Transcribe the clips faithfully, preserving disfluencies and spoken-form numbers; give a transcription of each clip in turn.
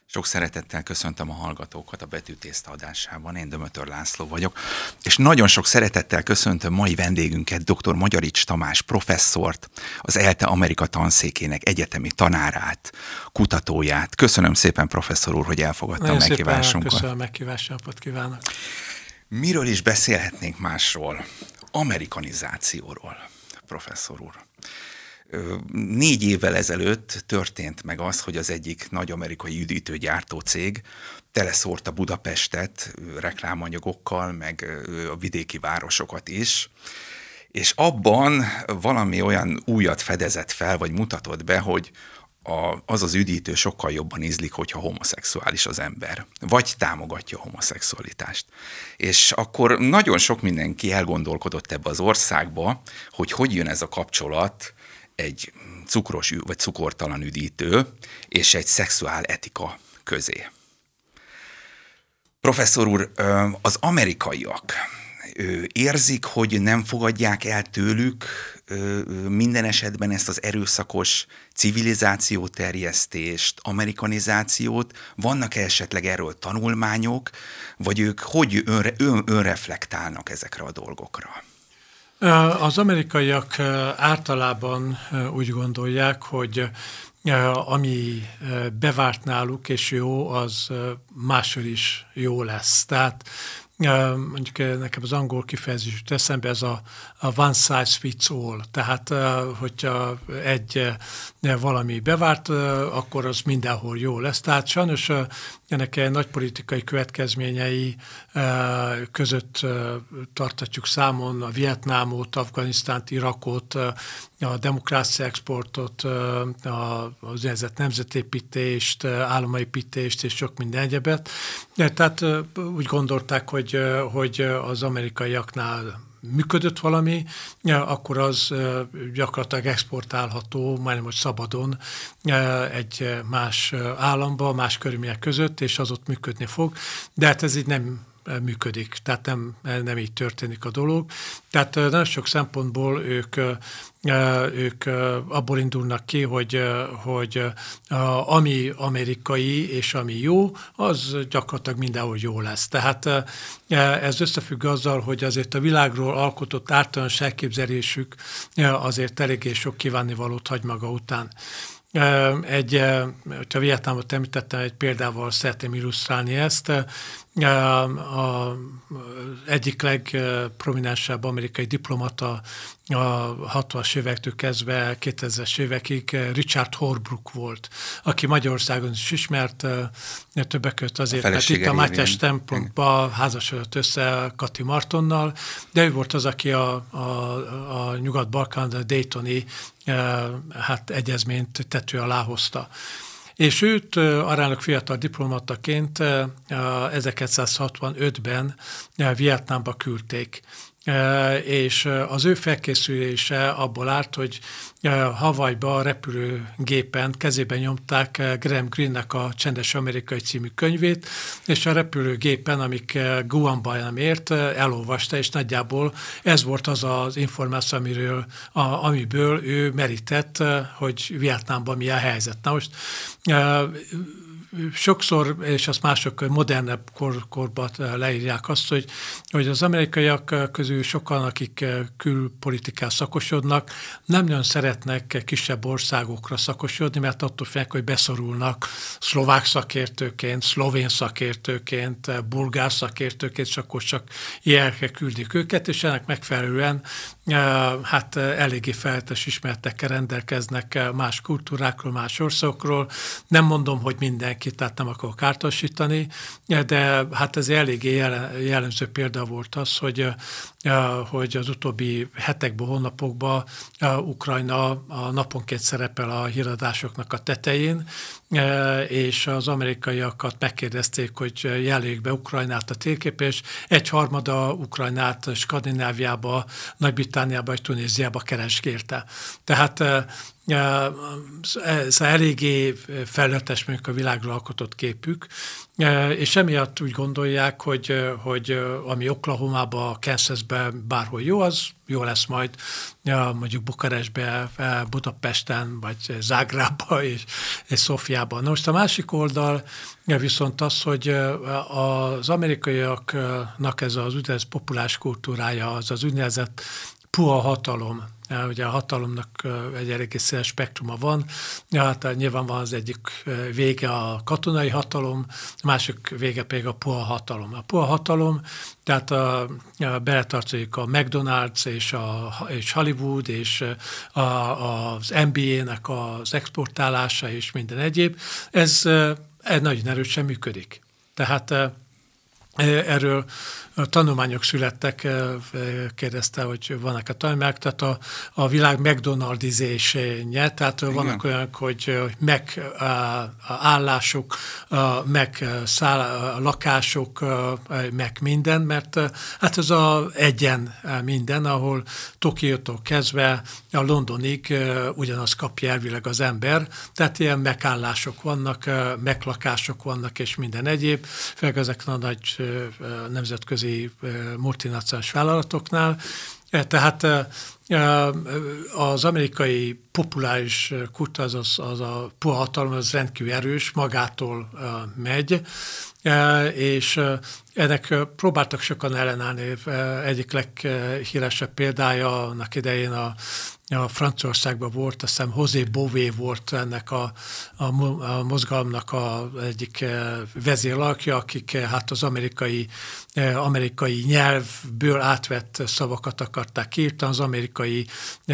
Sok szeretettel köszöntöm a hallgatókat a Betűtészta adásában. Én Dömötör László vagyok, és nagyon sok szeretettel köszöntöm mai vendégünket, dr. Magyarics Tamás professzort, az ELTE Amerika tanszékének egyetemi tanárát, kutatóját. Köszönöm szépen, professzor úr, hogy elfogadta a meghívásunkat. Köszönöm a meghívást, napot kívánok. Miről is beszélhetnénk másról? Amerikanizációról, professzor úr. Négy évvel ezelőtt történt meg az, hogy az egyik nagy amerikai üdítőgyártó cég teleszórta Budapestet reklámanyagokkal, meg a vidéki városokat is, és abban valami olyan újat fedezett fel, vagy mutatott be, hogy a, az az üdítő sokkal jobban ízlik, hogyha homoszexuális az ember, vagy támogatja a homoszexualitást. És akkor nagyon sok mindenki elgondolkodott ebbe az országba, hogy hogy jön ez a kapcsolat egy cukros vagy cukortalan üdítő és egy szexuál etika közé. Professzor úr, az amerikaiak érzik, hogy nem fogadják el tőlük minden esetben ezt az erőszakos civilizáció terjesztést, amerikanizációt? Vannak-e esetleg erről tanulmányok, vagy ők hogy önre, ön, önreflektálnak ezekre a dolgokra? Az amerikaiak általában úgy gondolják, hogy ami bevárt náluk és jó, az máshol is jó lesz. Tehát mondjuk nekem az angol kifejezés jut eszembe, ez a, a one size fits all. Tehát, hogyha egy valami bevárt, akkor az mindenhol jó lesz. Tehát sajnos ennek nagy politikai következményei között tartatjuk számon a Vietnámot, Afganisztánt, Irakot, a demokrácia exportot, az úgynevezett nemzetépítést, államépítést és sok minden egyebet. Tehát úgy gondolták, hogy, hogy az amerikaiaknál működött valami, akkor az gyakorlatilag exportálható, majdnem, hogy szabadon egy más államba, más körülmények között, és az ott működni fog. De hát ez így nem működik, tehát nem, nem így történik a dolog. Tehát nagyon sok szempontból ők, ők abból indulnak ki, hogy, hogy ami amerikai és ami jó, az gyakorlatilag mindenhol jó lesz. Tehát ez összefügg azzal, hogy azért a világról alkotott általános elképzelésük azért eléggé sok kívánnivalót hagy maga után. Egy, hogyha Vietnámot említettem, egy példával szeretném illusztrálni ezt. Az egyik legprominensebb amerikai diplomata a hatvanas évektől kezdve kétezres évekig Richard Holbrooke volt, aki Magyarországon is ismert, többek között azért, mert itt a Mátyás templomba házasodott össze Kati Martonnal, de ő volt az, aki a, a, a Nyugat-Balkán, a Daytoni hát, egyezményt tető alá hozta. És őt aránylag fiatal diplomataként ezerkilencszázhatvanötben Vietnámba küldték. És az ő felkészülése abból állt, hogy Hawaiiba repülőgépen kezében nyomták Graham Greenenek a Csendes Amerikai című könyvét, és a repülőgépen, amik Guamban nem ért, elolvasta, és nagyjából ez volt az az információ, amiről, a, amiből ő merített, hogy Vietnámban mi a helyzet. Na most sokszor, és azt mások modernebb kor, korban leírják azt, hogy, hogy az amerikaiak közül sokan, akik külpolitikán szakosodnak, nem nagyon szeretnek kisebb országokra szakosodni, mert attól félnek, hogy beszorulnak szlovák szakértőként, szlovén szakértőként, bulgár szakértőként, és akkor csak ilyenekre küldik őket, és ennek megfelelően hát eléggé fejletes ismeretekkel rendelkeznek más kultúrákról, más országokról. Nem mondom, hogy mindenki, tehát nem akarok ártasítani, de hát ez eléggé jellemző példa volt az, hogy, hogy az utóbbi hetekben, hónapokban Ukrajna a naponként szerepel a híradásoknak a tetején, és az amerikaiakat megkérdezték, hogy jelöljék be Ukrajnát a térképre, és egyharmada Ukrajnát Skandináviába, Nagy-Britanniába és Tunéziába keresgélte. Tehát ez eléggé felületes mondjuk a világról alkotott képük, és emiatt úgy gondolják, hogy, hogy ami Oklahomában, Kansasben, bárhol jó, az jó lesz majd mondjuk Bukarestben, Budapesten, vagy Zágrábban és, és Szofiában. Na most a másik oldal viszont az, hogy az amerikaiaknak ez az úgynevezett populáris kultúrája, az az úgynevezett puha hatalom. Ugye a hatalomnak egy eléggé széles spektruma van, hát nyilván van az egyik vége a katonai hatalom, a másik vége pedig a puha hatalom. A puha hatalom, tehát a, a beletartozik a McDonald's és, a, és Hollywood és a, az en bé á-nek az exportálása és minden egyéb, ez, ez nagyon erősen működik. Tehát erről tanulmányok születtek, kérdezte, hogy vannak-e tanulmányok, tehát a, a világ McDonaldizésnye, tehát igen. Vannak olyanok, hogy megállások, meg száll, lakások, meg minden, mert hát ez a egyen minden, ahol Tokiótól kezdve a Londonig ugyanaz kapja elvileg az ember, tehát ilyen megállások vannak, meglakások vannak, és minden egyéb, főleg ezek a nagy nemzetközi multinacionális vállalatoknál. Tehát az amerikai populáris kultúra, az, az, az a puha hatalom, az rendkívül erős, magától megy, és ennek próbáltak sokan ellenállni. Egyik leghíresebb példája annak idején a A Franciaországban volt, azt hiszem José Bové volt ennek a, a, a mozgalomnak az egyik vezérlakja, akik hát az amerikai, amerikai nyelvből átvett szavakat akarták írtani, az amerikai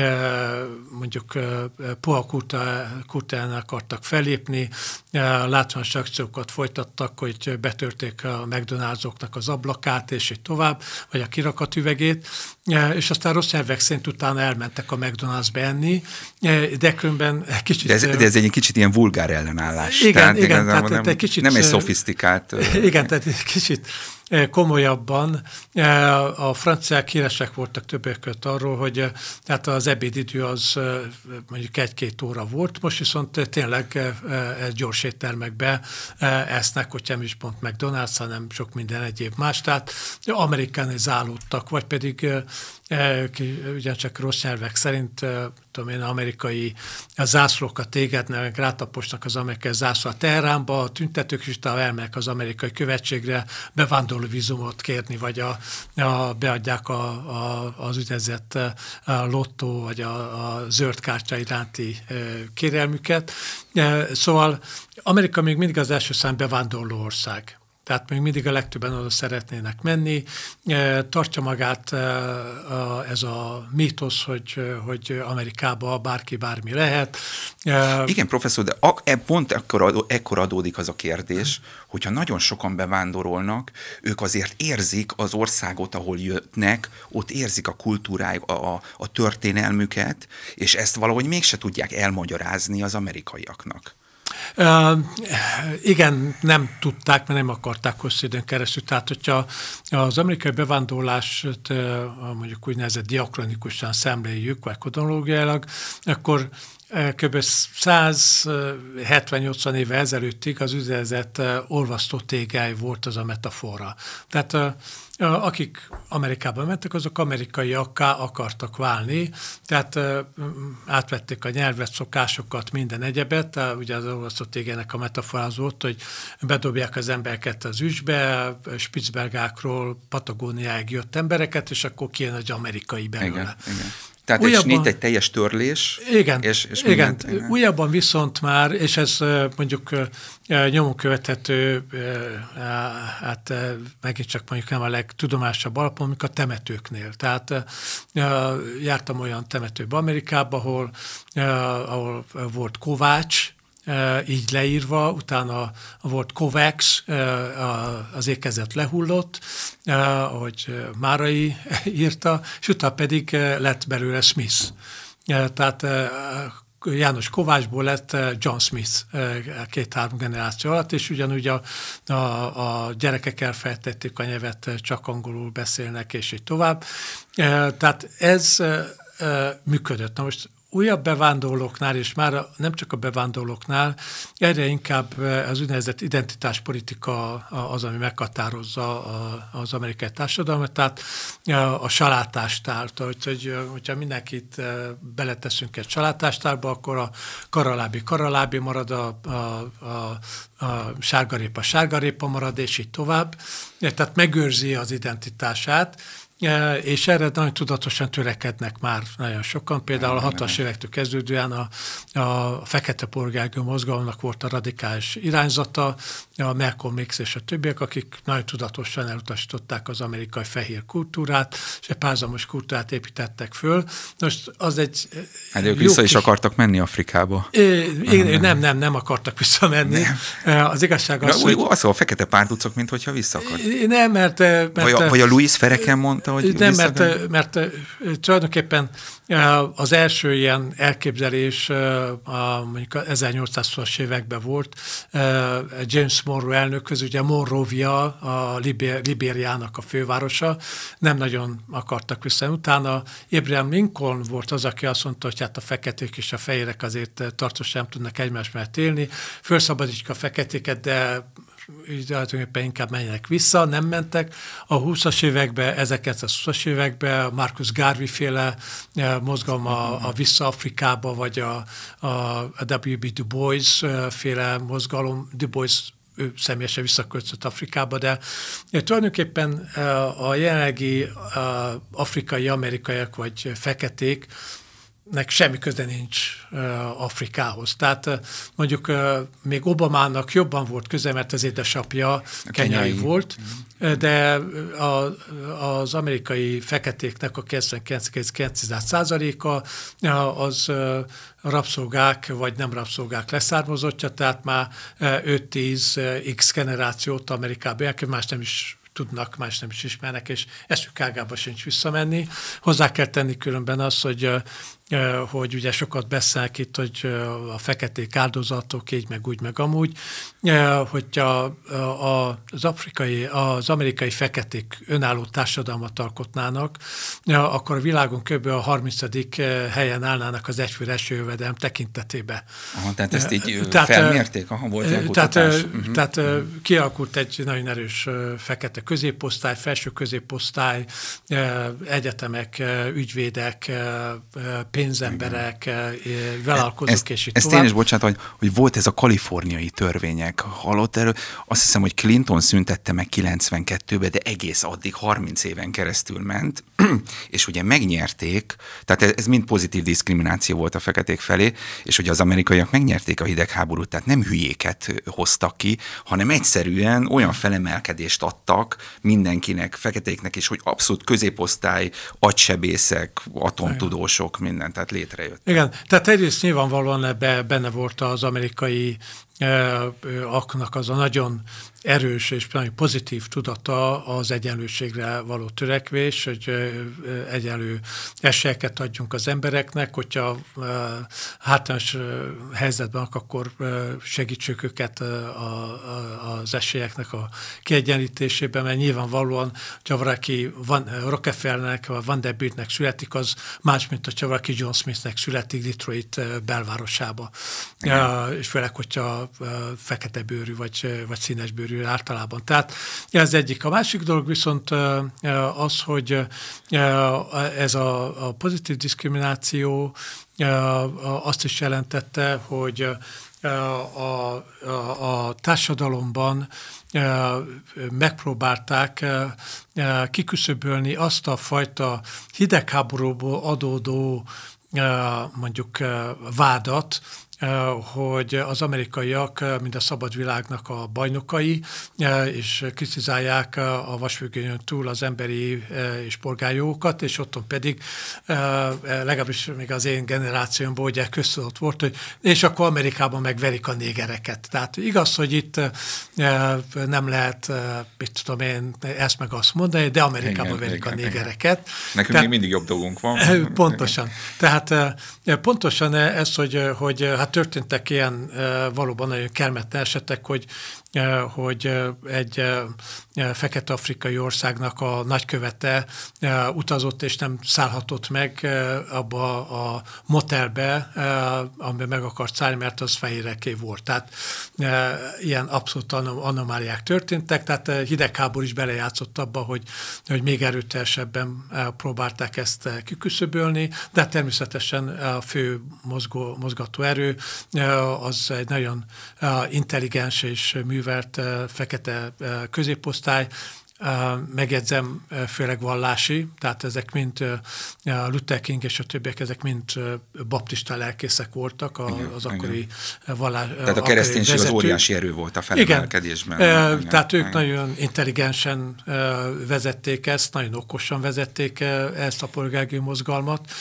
mondjuk puha kultúrán akartak felépni, látványos akciókat folytattak, hogy betörték a McDonald's-oknak az ablakát, és így tovább, vagy a kirakatüvegét, és aztán rossz nyelvek szerint utána elmentek a McDonald's-be enni, de különben kicsit... De ez, de ez egy kicsit ilyen vulgár ellenállás. Igen, tehát igen, tehát nem, egy kicsit... Nem egy szofisztikált... Igen, tehát egy kicsit komolyabban. A franciák híresek voltak többek között arról, hogy tehát az ebédidő az mondjuk egy-két óra volt, most viszont tényleg gyors éttermekbe esznek, hogy nem is pont McDonald's, hanem sok minden egyéb más, tehát amerikanizálódtak, vagy pedig ugyancsak rossz nyelvek szerint, tudom én, amerikai zászlókat égednek, rátaposnak az amerikai zászló a Teheránba, a tüntetők is utána elmennek az amerikai követségre bevándorló vízumot kérni, vagy a, a, beadják a, a, az úgynevezett lottó, vagy a, a zöld kártya iránti kérelmüket. Szóval Amerika még mindig az első szám bevándorló ország. Tehát még mindig a legtöbben oda szeretnének menni. Tartja magát ez a mítosz, hogy, hogy Amerikában bárki bármi lehet. Igen, professzor, de pont ekkor, ekkor adódik az a kérdés, hogyha nagyon sokan bevándorolnak, ők azért érzik az országot, ahol jöttnek, ott érzik a kultúrájuk, a, a, a történelmüket, és ezt valahogy mégse tudják elmagyarázni az amerikaiaknak. Uh, igen, nem tudták, mert nem akarták hosszú időn keresztül. Tehát, hogyha az amerikai bevándorlást uh, mondjuk úgynevezett diakronikusan szemléljük, vagy kronológiailag, akkor kb. száz hetven-nyolcvan éve ezelőttig az úgynevezett olvasztó tégely volt az a metafora. Tehát akik Amerikába mentek, azok amerikaiakká akartak válni, tehát átvették a nyelvet, szokásokat, minden egyebet. Ugye az olvasztó tégelynek a metafora az volt, hogy bedobják az embereket az üsbe, Spitzbergákról Patagóniáig jött embereket, és akkor kijön egy amerikai belőle. Igen, igen. Tehát újabban, egy snit, egy teljes törlés. Igen, és, és igen. Mindent, Újabban viszont már, és ez mondjuk nyomon követhető, hát megint csak mondjuk nem a legtudomásabb alapon, mint a temetőknél. Tehát jártam olyan temetőbe Amerikába, ahol, ahol volt kovács, így leírva, utána volt Kovacs, az ékezet lehullott, ahogy Márai írta, és utána pedig lett belőle Smith. Tehát János Kovácsból lett John Smith két-három generáció alatt, és ugyanúgy a, a, a gyerekek elfelejtették a nyelvet, csak angolul beszélnek, és így tovább. Tehát ez működött. Na most újabb bevándorlóknál, és már nem csak a bevándorlóknál, egyre inkább az úgynevezett identitáspolitika az, ami meghatározza az amerikai társadalmat, tehát a salátástár, hogy, hogyha mindenkit beleteszünk egy salátástárba, akkor a karalábi karalábi marad, a, a, a, a sárgarépa sárgarépa marad, és így tovább. Tehát megőrzi az identitását, és erre nagyon tudatosan törekednek már nagyon sokan. Például a hatvanas évektől kezdődően a, a fekete polgárgő mozgalomnak volt a radikális irányzata, a Malcolm X és a többiek, akik nagyon tudatosan elutasították az amerikai fehér kultúrát, és egy párhuzamos kultúrát építettek föl. Most az egy... Hát ők vissza is akartak menni Afrikába. É, nem, nem, nem akartak visszamenni. Nem. Az igazság az, Na, hogy... Az a fekete párducok, mint hogyha vissza akart. Nem, mert... mert vagy, a, vagy a Louis Farrakhan mondta, hogy nem, mert, mert tulajdonképpen az első ilyen elképzelés a, mondjuk a ezernyolcszázas években volt. James Monroe elnökhöz, ugye Monrovia, a Libé- Libériának a fővárosa, nem nagyon akartak vissza. Utána Abraham Lincoln volt az, aki azt mondta, hogy hát a feketék és a fehérek azért tartósan nem tudnak egymás mellett élni. Felszabadítjuk a feketéket, de így tulajdonképpen inkább menjenek vissza, nem mentek. A húszas években, ezerkilencszázhúszas években Marcus Garvey féle mozgalom a, a Vissza Afrikába, vagy a, a, a W B Du Bois féle mozgalom, Du Bois ő személyesen visszaköltözött Afrikába, de tulajdonképpen a jelenlegi afrikai amerikaiak vagy feketék nek semmi köze nincs uh, Afrikához. Tehát uh, mondjuk uh, még Obamának jobban volt köze, mert az édesapja kenyai volt, mm. de a, az amerikai feketéknek a kilencvenkilenc egész kilenc százaléka uh, az uh, rabszolgák vagy nem rabszolgák leszármazottja, tehát már uh, öt-tíz uh, X generációt Amerikában élnek, más nem is tudnak, más nem is ismernek, és eszük ágába sincs visszamenni. Hozzá kell tenni különben az, hogy hogy ugye sokat beszélnek itt, hogy a feketék áldozatok, így meg úgy, meg amúgy, hogyha az afrikai, az amerikai feketék önálló társadalmat alkotnának, akkor a világon kb. A harmincadik helyen állnának az egyfőre eső jövedelem tekintetében. Aha, tehát ezt így tehát, felmérték? Aha, volt ilyen tehát, uh-huh. tehát uh-huh. kialakult egy nagyon erős fekete középosztály, felső középosztály, egyetemek, ügyvédek, pénzemberek, vállalkozók, ezt, és itt ezt tovább. Én is, bocsánat, hogy, hogy volt ez a kaliforniai törvények. Hallott erről? Azt hiszem, hogy Clinton szüntette meg kilencvenkettőben, de egész addig harminc éven keresztül ment, és ugye megnyerték, tehát ez, ez mind pozitív diszkrimináció volt a feketék felé, és ugye az amerikaiak megnyerték a hidegháborút, tehát nem hülyéket hoztak ki, hanem egyszerűen olyan felemelkedést adtak mindenkinek, feketéknek is, hogy abszolút középosztály, agysebészek, atomtudósok, minden, tehát létrejött. Igen, tehát egyrészt nyilvánvalóan ebbe benne volt az amerikai aknak az a nagyon erős és nagyon pozitív tudata az egyenlőségre való törekvés, hogy egyenlő esélyeket adjunk az embereknek, hogyha hátrányos helyzetben, akkor segítsük őket az esélyeknek a kiegyenlítésében, mert nyilvánvalóan, hogyha valaki Van, Rockefellernek vagy Vanderbiltnek születik, az más, mint hogyha valaki John Smithnek születik Detroit belvárosába. Ja, és főleg, hogyha fekete bőrű vagy, vagy színes bőrű általában. Tehát ez egyik. A másik dolog viszont az, hogy ez a, a pozitív diszkrimináció azt is jelentette, hogy a, a, a társadalomban megpróbálták kiküszöbölni azt a fajta hidegháborúból adódó mondjuk vádat, hogy az amerikaiak, mint a szabad világnak a bajnokai, és kritizálják a vasfüggönyön túl az emberi és polgárjogokat, és otthon pedig legalábbis még az én generációmban ugye köztudott volt, hogy és akkor Amerikában megverik a négereket. Tehát igaz, hogy itt nem lehet, mit tudom én, ezt meg azt mondani, de Amerikában igen, verik igen, a négereket. Igen. Nekünk Tehát, még mindig jobb dolgunk van. Pontosan. Tehát pontosan ez, hogy, hogy hát Tehát történtek ilyen valóban nagyon kellemetlen esetek, hogy, hogy egy fekete-afrikai országnak a nagykövete utazott és nem szállhatott meg abba a motelbe, amiben meg akart szállni, mert az fehéreké volt. Tehát ilyen abszolút anomáliák történtek, tehát hidegháború is belejátszott abba, hogy, hogy még erőteljesebben próbálták ezt kiküszöbölni, de természetesen a fő mozgó, mozgató erő az egy nagyon intelligens és művelt fekete középosztály, megjegyzem, főleg vallási, tehát ezek mind Luther King és a többiek, ezek mind baptista lelkészek voltak az igen, akkori vallás. Tehát a kereszténység az óriási erő volt a felemelkedésben. Igen, igen, tehát ők igen. nagyon intelligensen vezették ezt, nagyon okosan vezették ezt a polgári mozgalmat,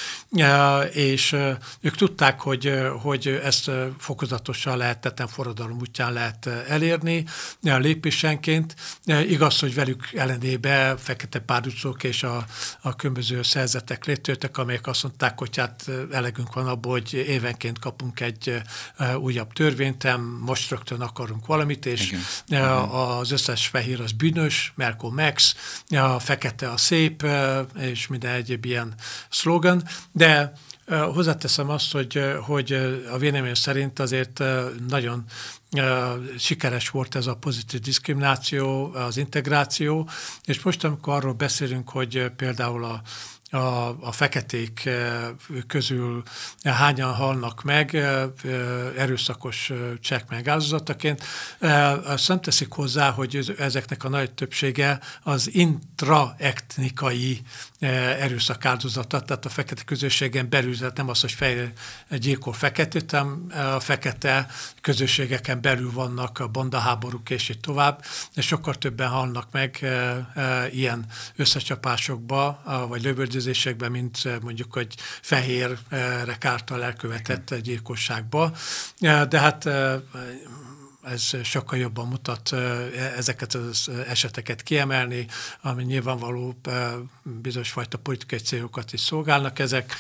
és ők tudták, hogy, hogy ezt fokozatosan lehet, tetten forradalom útján lehet elérni, lépésenként. Igaz, hogy velük ellenébe fekete párducok és a, a különböző szerzetek létrejöttek, amelyek azt mondták, hogy hát elegünk van abból, hogy évenként kapunk egy uh, újabb törvényt, most rögtön akarunk valamit, és uh, az összes fehér az bűnös, Malcolm X, a fekete a szép, uh, és minden egyéb ilyen szlogan, de uh, hozzáteszem azt, hogy, hogy a vélemény szerint azért uh, nagyon Uh, sikeres volt ez a pozitív diszkrimináció, az integráció, és most, amikor arról beszélünk, hogy uh, például a A, a feketék közül hányan halnak meg erőszakos cselekmények áldozataként. Azt nem teszik hozzá, hogy ezeknek a nagy többsége az intraetnikai erőszak áldozata, tehát a fekete közösségen belül, tehát nem az, hogy fehér gyilkol feketét, hanem a fekete közösségeken belül vannak a bandaháborúk és így tovább, és sokkal többen halnak meg ilyen összecsapásokba, vagy lövöldözésekben, mint mondjuk, hogy fehérek által elkövetett gyilkosságba. De hát ez sokkal jobban mutat ezeket az eseteket kiemelni, ami nyilvánvaló bizonyos fajta politikai célokat is szolgálnak ezek,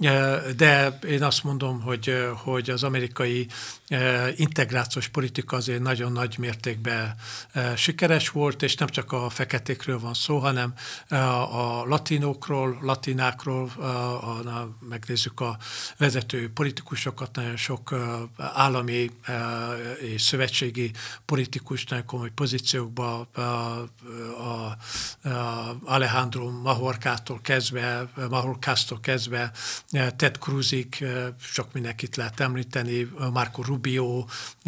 de én azt mondom, hogy, hogy az amerikai integrációs politika azért nagyon nagy mértékben sikeres volt, és nem csak a feketékről van szó, hanem a latinokról, latinákról, megnézzük a vezető politikusokat, nagyon sok állami és szövetségi politikus nagyon komoly pozíciókba, a, a, a Alejandro Mayorkától kezdve, Mayorkától kezdve, Ted Cruzig, sok mindenkit lehet említeni, Marco Rubio,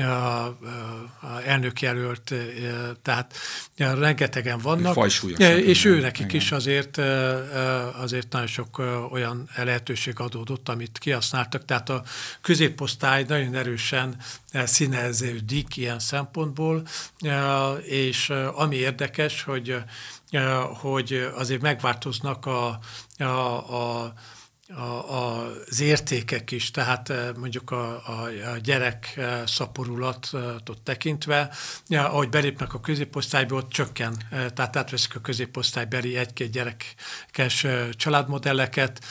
elnökjelölt, tehát rengetegen vannak, és ő nekik is azért, azért nagyon sok olyan lehetőség adódott, amit kihasználtak, tehát a középosztály nagyon erősen színeződik ilyen szempontból, és ami érdekes, hogy, hogy azért megváltoznak a, a, a A, az értékek is, tehát mondjuk a, a, a gyerek szaporulatot tekintve, ja, ahogy belépnek a középosztályba, ott csökken, tehát átveszik a középosztálybeli egy-két gyerekes családmodelleket,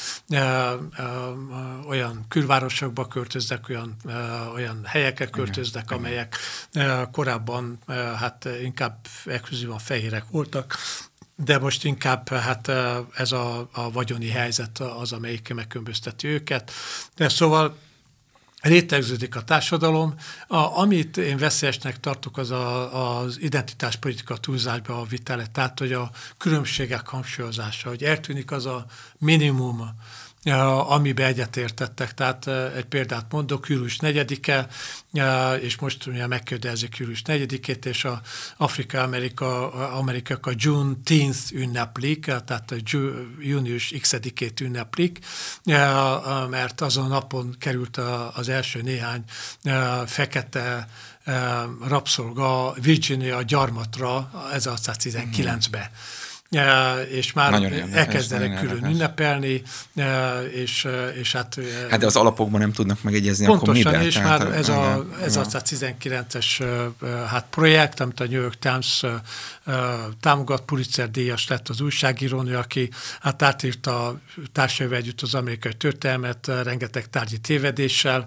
olyan külvárosokba költöznek, olyan, olyan helyekre költöznek, igen, amelyek korábban hát inkább exkluzívan fehérek voltak, de most inkább hát ez a, a vagyoni helyzet az, amelyik megkülönbözteti őket. De szóval rétegződik a társadalom. A, amit én veszélyesnek tartok, az a, az identitáspolitika túlzásba a vitele, tehát hogy a különbségek hangsúlyozása, hogy eltűnik az a minimum, amiben egyetértettek. Tehát egy példát mondok, július negyedike, és most ugye megkérdezik július negyedikét, és a Afrika-Amerika, Amerikák a Juneteenth ünneplik, tehát a június x-edikét ünneplik, mert azon a napon került az első néhány fekete rabszolga Virginia gyarmatra ezerhatszáztizenkilencben. és már nagyon elkezdenek külön ünnepelni, és, és hát... Hát de az alapokban nem tudnak megegyezni, pontosan, akkor mibe? És Tehát, már ez a, ez a tizenkilences hát projekt, amit a New York Times támogat, Pulitzer díjas lett az újságírónő, aki hát átírta a társaival együtt az amerikai történelmet, rengeteg tárgyi tévedéssel,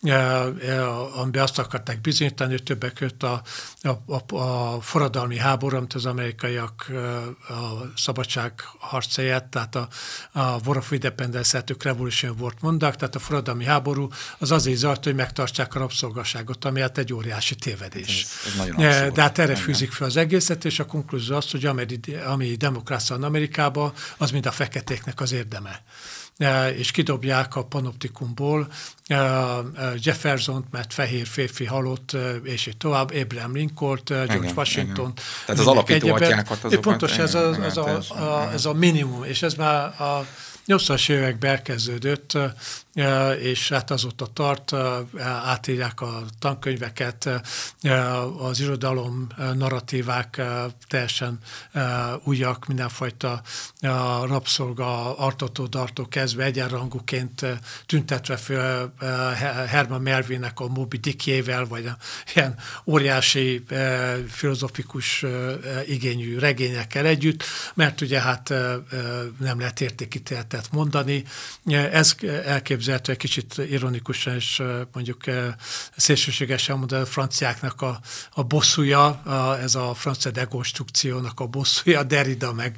amiben azt akarták bizonyítani, hogy többek között a, a, a, a forradalmi háború, amit az amerikaiak a szabadság harcáját, tehát a, a War of Independence, ők Revolution War-t mondnak, tehát a forradalmi háború az azért zajlott, hogy megtartsák a rabszolgaságot, ami hát egy óriási tévedés. Ez, ez abszurd, de hát erre fűzik fel az egészet, és a konklúzió az, hogy ami, ami demokrácia van Amerikában, az mind a feketéknek az érdeme. És kidobják a panoptikumból Jeffersont, mert fehér férfi halott, és így tovább, Abraham Lincoln, George igen, Washington. Igen. Tehát az alapító atyákat azokat. Pontos, ez a, ez, a, a, ez a minimum, és ez már a nyolcvanas években elkezdődött, és hát azóta tart, átírják a tankönyveket, az irodalom narratívák teljesen újak, mindenfajta rabszolga, artató-dartó kezdve egyenrangúként tüntetve föl Herman Melville-nek a Moby Dickjével, vagy a ilyen óriási filozofikus igényű regényekkel együtt, mert ugye hát nem lehet értékítéletet mondani. Ez elképzelhető, egy kicsit ironikusan és mondjuk szélsőségesen mondani, a franciáknak a, a bosszúja, a, ez a francia dekonstrukciónak a bosszúja, Derrida meg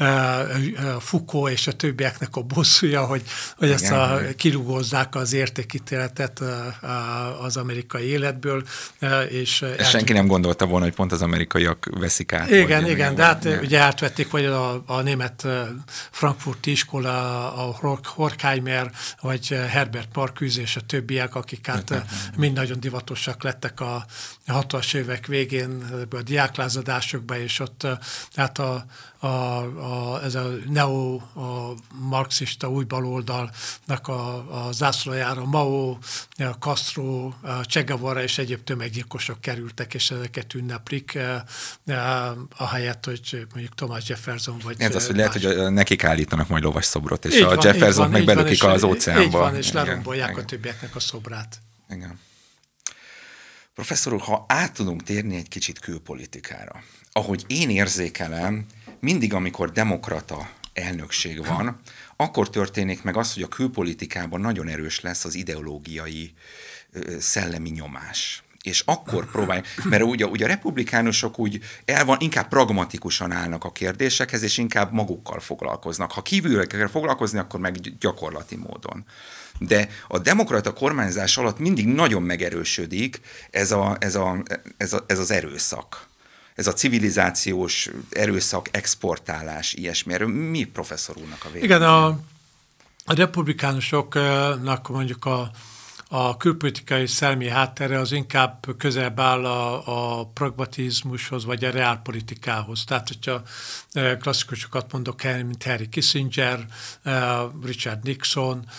Foucault és a többieknek a bosszúja, hogy, hogy ezt a, kirúgozzák az értékítéletet az amerikai életből. És ezt senki nem gondolta volna, hogy pont az amerikaiak veszik át. Igen, vagy, igen, de hát ne. Ugye átvették, vagy a, a német frankfurti iskola, a Horkheimer, vagy Herbert Marcuse és a többiek, akik hát mind nagyon divatosak lettek a hatvanas évek végén a diáklázadásokban, és ott hát a, a, a, ez a neo-marxista új baloldalnak a, a zászlajára Mao, a Castro, a Che Guevara és egyéb tömeggyilkosok kerültek, és ezeket ünneplik, ahelyett, hogy mondjuk Thomas Jefferson vagy... Ez az, hogy lehet, hogy nekik állítanak majd lovas szobrot, és így a Jefferson meg belökik az óceánba. Így van, és lerombolják a többieknek a szobrát. Igen. Professzor úr, ha át tudunk térni egy kicsit külpolitikára, ahogy én érzékelem, mindig, amikor demokrata elnökség van, akkor történik meg az, hogy a külpolitikában nagyon erős lesz az ideológiai szellemi nyomás. És akkor próbálják, mert ugye, ugye a republikánusok úgy el van, inkább pragmatikusan állnak a kérdésekhez, és inkább magukkal foglalkoznak. Ha kívülről kell foglalkozni, akkor meg gyakorlati módon. De a demokrata kormányzás alatt mindig nagyon megerősödik ez, a, ez, a, ez, a, ez az erőszak. Ez a civilizációs erőszak, exportálás, ilyesmi. Erről mi professzor úrnak a véleménye? Igen, a, a republikánusoknak mondjuk a A külpolitikai szellemi háttere az inkább közelebb áll a, a pragmatizmushoz, vagy a reálpolitikához. Tehát, hogyha klasszikusokat mondok, mint Henry Kissinger, Richard Nixon,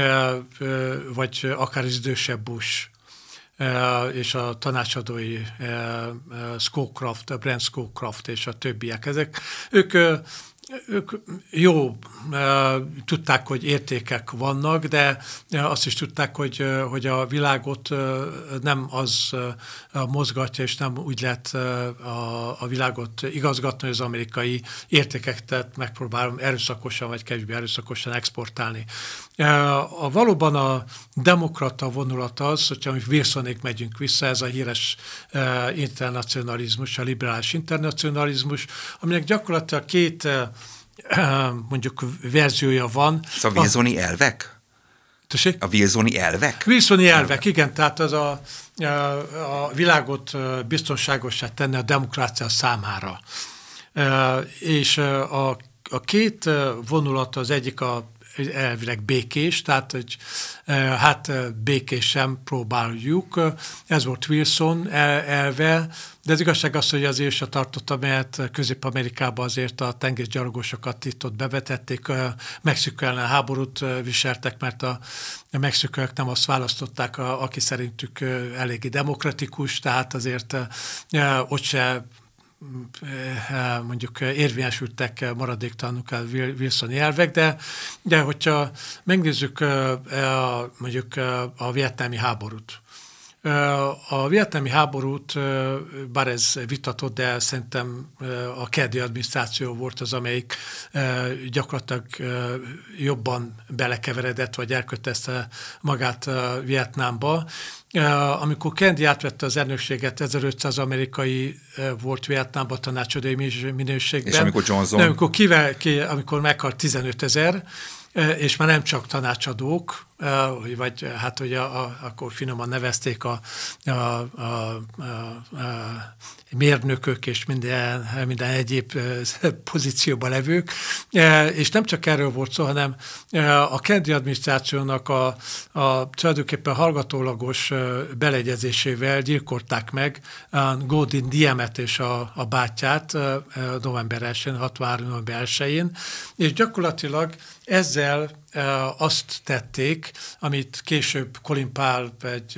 vagy akár az idősebb Bush, és a tanácsadói Scowcroft, Brent Scowcroft és a többiek. Ezek, ők Ők jó tudták, hogy értékek vannak, de azt is tudták, hogy, hogy a világot nem az mozgatja, és nem úgy lehet a, a világot igazgatni, hogy az amerikai értékeket megpróbálom erőszakosan vagy kevésbé erőszakosan exportálni. A, valóban a demokrata vonulat az, hogyha mi Wilsonék megyünk vissza, ez a híres internacionalizmus, a liberális internacionalizmus, aminek gyakorlatilag két mondjuk verziója van. Szóval a Wilsoni elvek? Tessék? A Wilsoni elvek? Wilsoni elvek, igen, tehát az a, a világot biztonságosá tenni a demokrácia számára. És a, a két vonulat, az egyik a elvileg békés, tehát hogy hát békésen próbáljuk. Ez volt Wilson elve, de az igazság az, hogy azért se tartotta, mert Közép-Amerikában azért a tengergyalogosokat itt ott bevetették, Mexikó ellen háborút viseltek, mert a mexikók nem azt választották, aki szerintük eléggé demokratikus, tehát azért ott se mondjuk érvényesültek maradéktalanul Wilsoni elvek, de, de hogyha megnézzük mondjuk a vietnámi háborút, a vietnámi háborút, bár ez vitatott, de szerintem a Kennedy adminisztráció volt az, amelyik gyakorlatilag jobban belekeveredett, vagy elkötelezte magát Vietnámba. Amikor Kennedy átvette az elnökséget, ezerötszáz amerikai volt Vietnámban tanácsadói minőségben. És amikor Johnson... De amikor, kivel, ki, amikor meghalt tizenötezer, és már nem csak tanácsadók, vagy hát ugye a, a, akkor finoman nevezték a, a, a, a, a mérnökök és minden, minden egyéb pozícióban levők, és nem csak erről volt szó, hanem a Kennedy adminisztrációnak a, a tulajdonképpen hallgatólagos beleegyezésével gyilkolták meg Godin Diemet és a, a bátyját november elsején, hatvanhárom november elsején, és gyakorlatilag ezzel azt tették, amit később Colin Powell, egy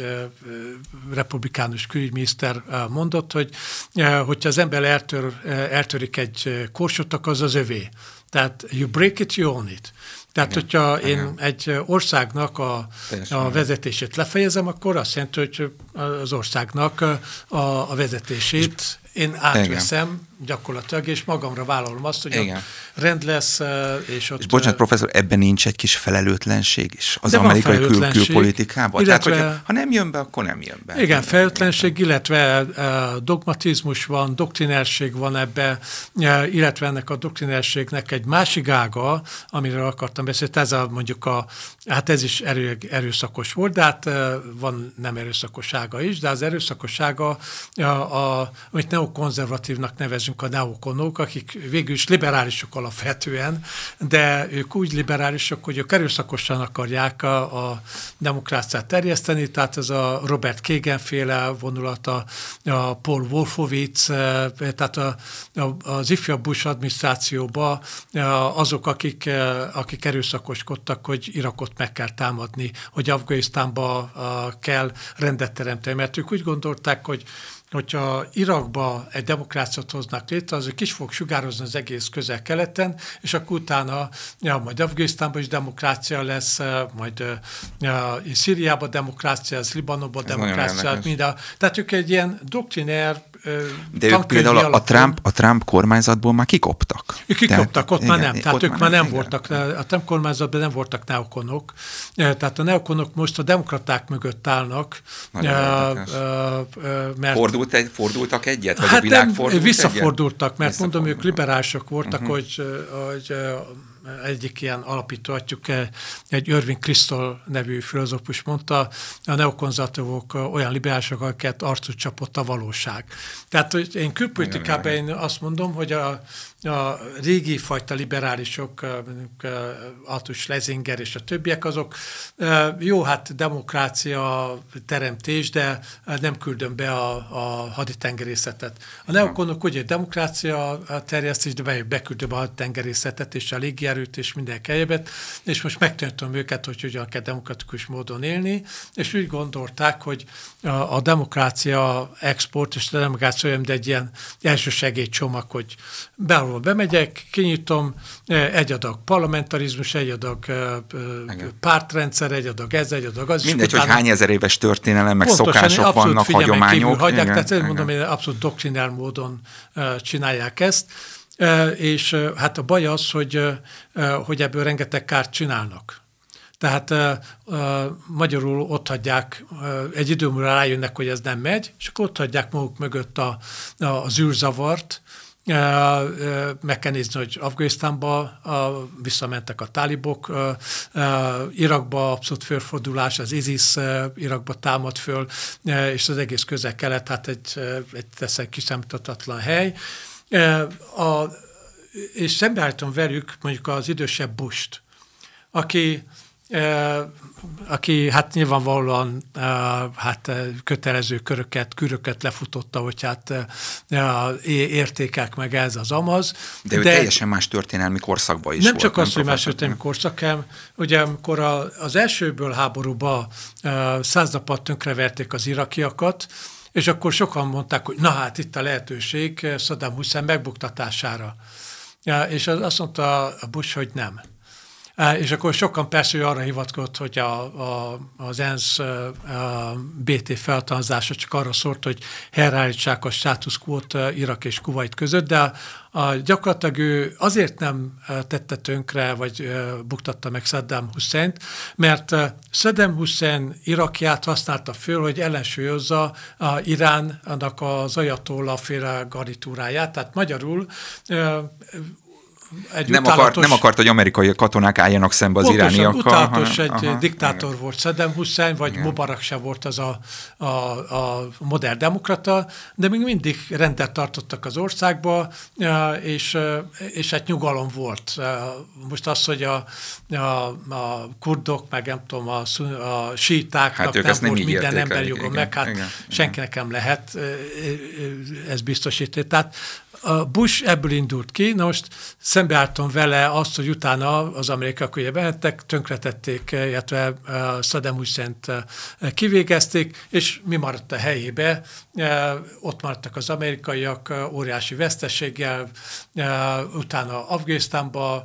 republikánus külügyminiszter mondott, hogy hogyha az ember eltör, eltörik egy korsót, akkor az az övé. Tehát you break it, you own it. Tehát, igen, hogyha én igen. egy országnak a, a vezetését lefejezem, akkor azt jelenti, hogy az országnak a, a vezetését én átveszem, igen. gyakorlatilag, és magamra vállalom azt, hogy igen. rend lesz, és ott... És bocsánat, professzor, ebben nincs egy kis felelőtlenség is az amerikai kül- külpolitikában? Illetve, Tehát, hogyha, ha nem jön be, akkor nem jön be. Igen, felelőtlenség, illetve dogmatizmus van, doktrinerség van ebbe, illetve ennek a doktrinerségnek egy másik ága, amiről akartam beszélni, ez a, mondjuk a, hát ez is erő, erőszakos volt, de hát van nem erőszakos ága is, de az erőszakos ága, a, a, amit neokonzervatívnak nevezünk, a neokonok, akik végül is liberálisok alapvetően, de ők úgy liberálisok, hogy ők erőszakosan akarják a, a demokráciát terjeszteni, tehát ez a Robert Kagan féle vonulata, a Paul Wolfowitz, tehát a, a, az ifjabb Bush adminisztrációban azok, akik, akik erőszakoskodtak, hogy Irakot meg kell támadni, hogy Afganisztánba kell rendet teremteni, mert ők úgy gondolták, hogy hogyha Irakba egy demokráciát hoznak létre, az kis fog sugározni az egész közel-keleten, és akkor utána ja, majd Afganisztánban is demokrácia lesz, majd ja, Szíriában demokrácia lesz, Libanonban Ez demokrácia, minden. Tehát ők egy ilyen doktriner De ők például a Trump, a Trump kormányzatból már kikoptak. Ők kikoptak, tehát, ott igen, már nem. Tehát ott ők már nem, nem voltak, a Trump kormányzatban nem voltak neokonok. Tehát a neokonok most a demokraták mögött állnak. Mert Fordult egy, fordultak egyet? Vagy hát a világ nem, fordult visszafordultak, egyet? mert mondom, ők liberálisok voltak, uh-huh. hogy, hogy egyik ilyen alapítóatjuk, egy Irving Kristol nevű filozófus mondta, a neokonzervatívok olyan liberálisok, akiket arcú csapott a valóság. Tehát hogy én külpolitikában én azt mondom, hogy a, a régi fajta liberálisok, Arthur Schlesinger és a többiek, azok jó, hát demokrácia teremtés, de nem küldöm be a, a haditengerészetet. A neokonok ugye demokrácia terjesztés, de beküldöm a haditengerészetet és a légierőt és minden egyebet, és most megtanítom őket, hogy hogyan kell demokratikus módon élni, és úgy gondolták, hogy a, a demokrácia export és a demokrácia olyan, de egy ilyen elsősegélycsomag, hogy beálló bemegyek, kinyitom, egy adag parlamentarizmus, egy adag igen. pártrendszer, egy adag ez, egy adag az. Mindegy, hogy hány ezer éves történelem, meg szokások vannak, hagyományok. Hagyják, igen, tehát igen. mondom, hogy abszolút doktrinál módon csinálják ezt, és hát a baj az, hogy, hogy ebből rengeteg kárt csinálnak. Tehát uh, uh, magyarul ott hagyják, uh, egy idő múlva rájönnek, hogy ez nem megy, és akkor ott hagyják maguk mögött a, a, az űrzavart. Uh, uh, meg kell nézni, hogy Afganisztánba uh, visszamentek a tálibok, uh, uh, Irakba abszolút fölfordulás, az ISIS uh, Irakba támad föl, uh, és az egész közel-kelet, hát egy, uh, egy teszek kiszámíthatatlan hely. Uh, a, és szembeállítom velük mondjuk az idősebb Busht, aki aki hát nyilvánvalóan hát kötelező köröket, küröket lefutotta, hogy hát értékek meg ez az amaz. De ő de teljesen más történelmi korszakban is nem volt. Csak az, hogy más történelmi korszak, hanem ugye amikor a, az elsőből háborúba száz nap alatt tönkreverték az irakiakat, és akkor sokan mondták, hogy na hát itt a lehetőség Saddam Hussein megbuktatására. És azt mondta Bush, hogy nem. És akkor sokan persze arra hivatkozott, hogy a, a, az ENSZ a bé té feltanzása csak arra szólt, hogy helyreállítsák a status quo-t Irak és Kuvait között, de a, a, gyakorlatilag ő azért nem tette tönkre, vagy buktatta meg Saddam Husseint, mert Saddam Hussein Irakját használta föl, hogy ellensúlyozza a Irán, annak az ajatolla féle garnitúráját, tehát magyarul nem, akart, nem akart, hogy amerikai katonák álljanak szembe az pontosan, irániakkal. Utálatos hanem, egy aha, diktátor igen. volt Saddam Hussein, vagy igen. Mubarak se volt az a, a, a modern demokrata, de még mindig rendet tartottak az országba, és, és hát nyugalom volt. Most az, hogy a, a, a kurdok, meg nem tudom, a, a sítáknak hát nem volt nem minden emberjogon, meg hát igen, senkinek igen. nem lehet ez biztosítani. Tehát a Bush ebből indult ki, na most szembeálltam vele azt, hogy utána az amerikaiak ugye behettek, tönkretették, illetve Saddam Husseint kivégezték, és mi maradt a helyébe? Ott maradtak az amerikaiak óriási veszteséggel, utána Afganisztánba,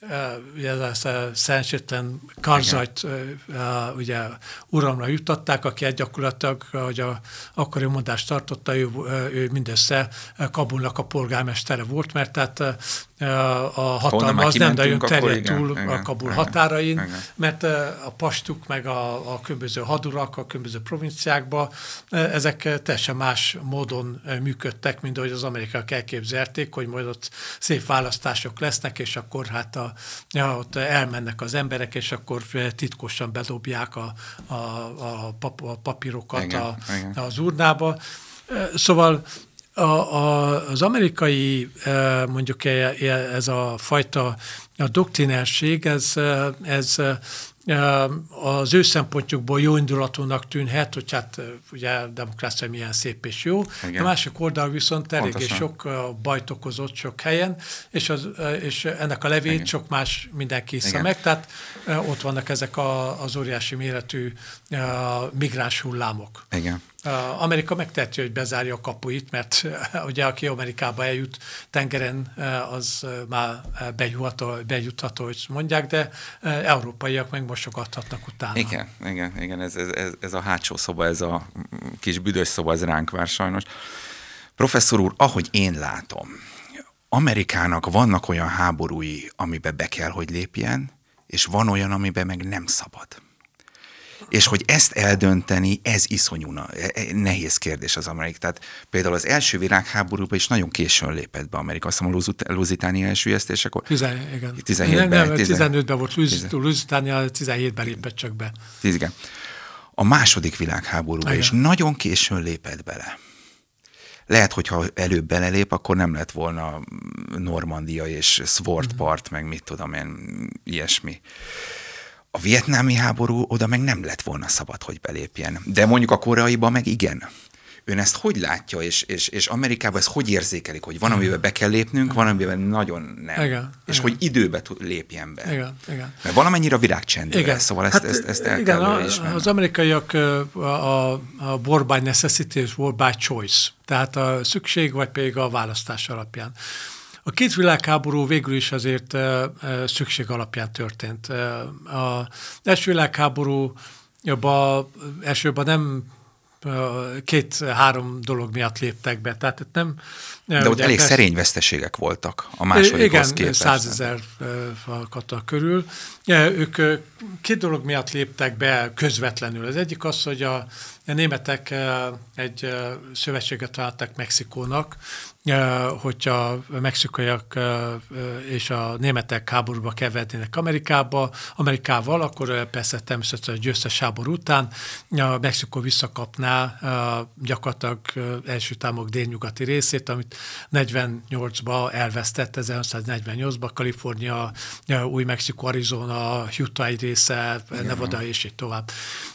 szerencsétlen Karzait ugye uralomra juttatták, aki egy gyakorlatilag, hogy a akkori mondást tartotta, ő, ő mindössze Kabulnak a polgármestere volt, mert tehát a hatalma az nem nagyon terjed túl igen, a Kabul igen, határain, igen. mert a pastuk meg a, a különböző hadurak, a különböző provinciákban, ezek teljesen más módon működtek, mint ahogy az amerikaiak elképzelték, hogy majd ott szép választások lesznek, és akkor hát a, ja, ott elmennek az emberek, és akkor titkosan bedobják a, a, a, pap, a papírokat igen, a, igen. az urnába. Szóval A, a, az amerikai, mondjuk ez a fajta a doktrinerség, ez, ez az ő szempontjukból jó indulatúnak tűnhet, hogy hát ugye demokrácia milyen szép és jó. Igen. A másik oldal viszont eléggé sok bajt okozott sok helyen, és, az, és ennek a levét Igen. sok más mindenki iszza meg, tehát ott vannak ezek a, az óriási méretű migráns hullámok. Igen. Amerika megteheti, hogy bezárja a kapuit, mert ugye aki Amerikába eljut tengeren, az már bejutható, bejutható, hogy mondják, de európaiak meg mosogathatnak utána. Igen, igen, igen ez, ez, ez a hátsó szoba, ez a kis büdös szoba, ez ránk vár sajnos. Professzor úr, ahogy én látom, Amerikának vannak olyan háborúi, amiben be kell, hogy lépjen, és van olyan, amiben meg nem szabad. És hogy ezt eldönteni, ez iszonyú nehéz kérdés az Amerika. Tehát például az első világháborúban is nagyon későn lépett be Amerika. Azt mondom, a Lusitánia elsüllyesztésekor. tizenhétben Nem, nem, tizenötben volt Lusitánia, tizenhétben lépett csak be. Igen. A második világháborúban igen. is nagyon későn lépett bele. Lehet, hogyha előbb belelép, akkor nem lett volna Normandia és Sword part, meg mit tudom én, ilyesmi. A vietnámi háború oda meg nem lett volna szabad, hogy belépjen. De mondjuk a koreaiban meg igen. Ön ezt hogy látja, és, és, és Amerikában ezt hogy érzékelik, hogy van, amiben be kell lépnünk, van, amiben nagyon nem. Igen, és igen. hogy időbe lépjen be. Igen, igen. Mert valamennyire a világ csendben lesz, szóval ezt, hát, ezt, ezt el igen, kell ismerni. Az amerikaiak a, a war by necessity és war by choice. Tehát a szükség, vagy pedig a választás alapján. A két világháború végül is azért uh, szükség alapján történt. Uh, az első világháborúban elsőben nem uh, két-három dolog miatt léptek be. Tehát nem, uh, De ott elég persze, szerény veszteségek voltak a másodikhoz képest. Igen, százezer uh, katona körül. Uh, ők uh, két dolog miatt léptek be közvetlenül. Az egyik az, hogy a, a németek uh, egy uh, szövetséget találtak Mexikónak, hogyha a mexikaiak és a németek háborúba keverednének Amerikába, Amerikával, akkor persze természetesen a győztes háború után a Mexikó visszakapná gyakorlatilag első támok délnyugati részét, amit negyvennyolcban elvesztett, ezernyolcszáznegyvennyolcban, Kalifornia, Új-Mexikó, Arizona, Utah egy része, Nevada és így tovább.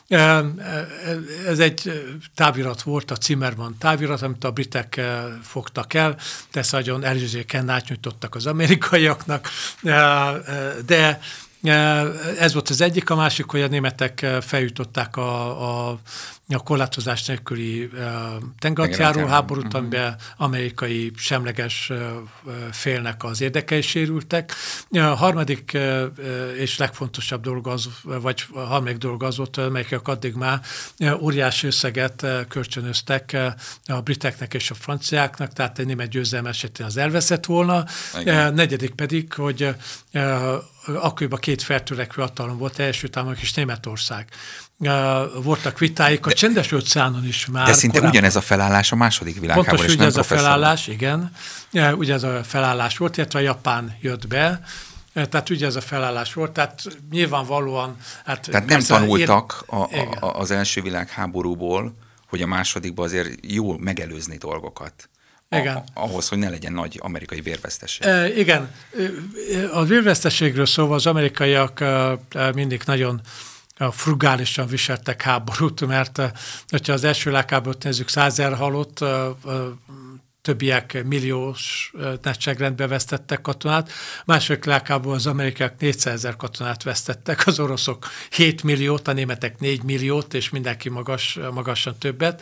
Ez egy távirat volt, a Zimmermann távirat, amit a britek fogtak el, tesz nagyon előzéken átnyújtottak az amerikaiaknak, de Ez volt az egyik, a másik, hogy a németek feljutották a, a, a korlátozás nélküli tengeralattjáró háborút, uh-huh. amiben amerikai semleges félnek az érdekei sérültek. A harmadik és legfontosabb dolog az, vagy a harmadik dolog az volt, amelyek addig már óriási összeget kölcsönöztek a briteknek és a franciáknak, tehát egy német győzelem esetén az elveszett volna. Igen. Negyedik pedig, hogy akkoriban két feltörekvő hatalom volt, Egyesült Államok és Németország. Voltak vitáik a csendes óceánon is már. De szinte korábban ugyanez a felállás a második világháború. Pontos, ugyanez a felállás, igen. Ugyanez a felállás volt, illetve a Japán jött be. Tehát ugye ez a felállás volt, tehát nyilvánvalóan... Hát tehát nem tanultak ér... a, a, az első világháborúból, hogy a másodikban azért jól megelőzni dolgokat. Igen. A, ahhoz, hogy ne legyen nagy amerikai vérveszteség. E, igen. A vérveszteségről szólva az amerikaiak mindig nagyon frugálisan viseltek háborút, mert hogyha az első világháborút nézzük, százezer halott, többiek milliós nagyságrendbe vesztettek katonát. Második világháborúban az amerikaiak négyszázezer katonát vesztettek, az oroszok hét milliót, a németek négy milliót, és mindenki magas, magasan többet.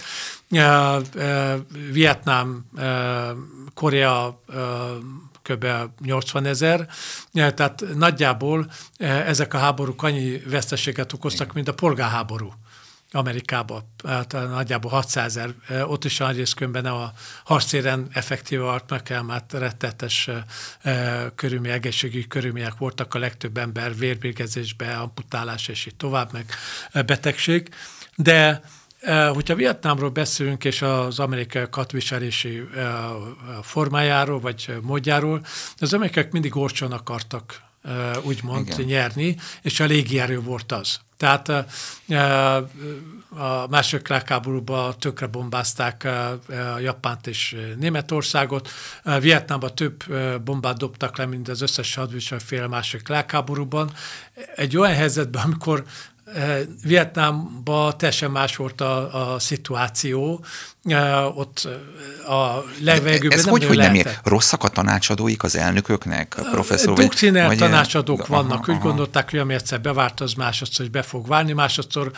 Vietnám, Korea kb. nyolcvanezer, tehát nagyjából ezek a háborúk annyi veszteséget okoztak, mint a polgárháború Amerikában, hát nagyjából hatszázezer, ott is a nagy részkönben a harctéren effektíve halt meg el, mert rettetes körülmények, egészségügyi körülmények voltak, a legtöbb ember vérbélgezésbe, amputálás és így tovább, meg betegség. De hogyha Vietnámról beszélünk, és az amerikai hadviselési formájáról, vagy módjáról, az amerikaiak mindig olcsón akartak úgymond Igen. nyerni, és a légierő volt az. Tehát a második világháborúban tökre bombázták Japánt és Németországot. Vietnámban több bombát dobtak le, mint az összes hadviselőféle a második világháborúban. Egy olyan helyzetben, amikor Vietnámban teljesen más volt a, a szituáció, ott a legvégőben nem hogy, hogy nem ér? Rosszak a tanácsadóik az elnököknek, a professzor? Doktriner vagy, tanácsadók vagy, vannak, aha, úgy aha. gondolták, hogy ami egyszer bevárt, az másodszor, hogy be fog válni, másodszor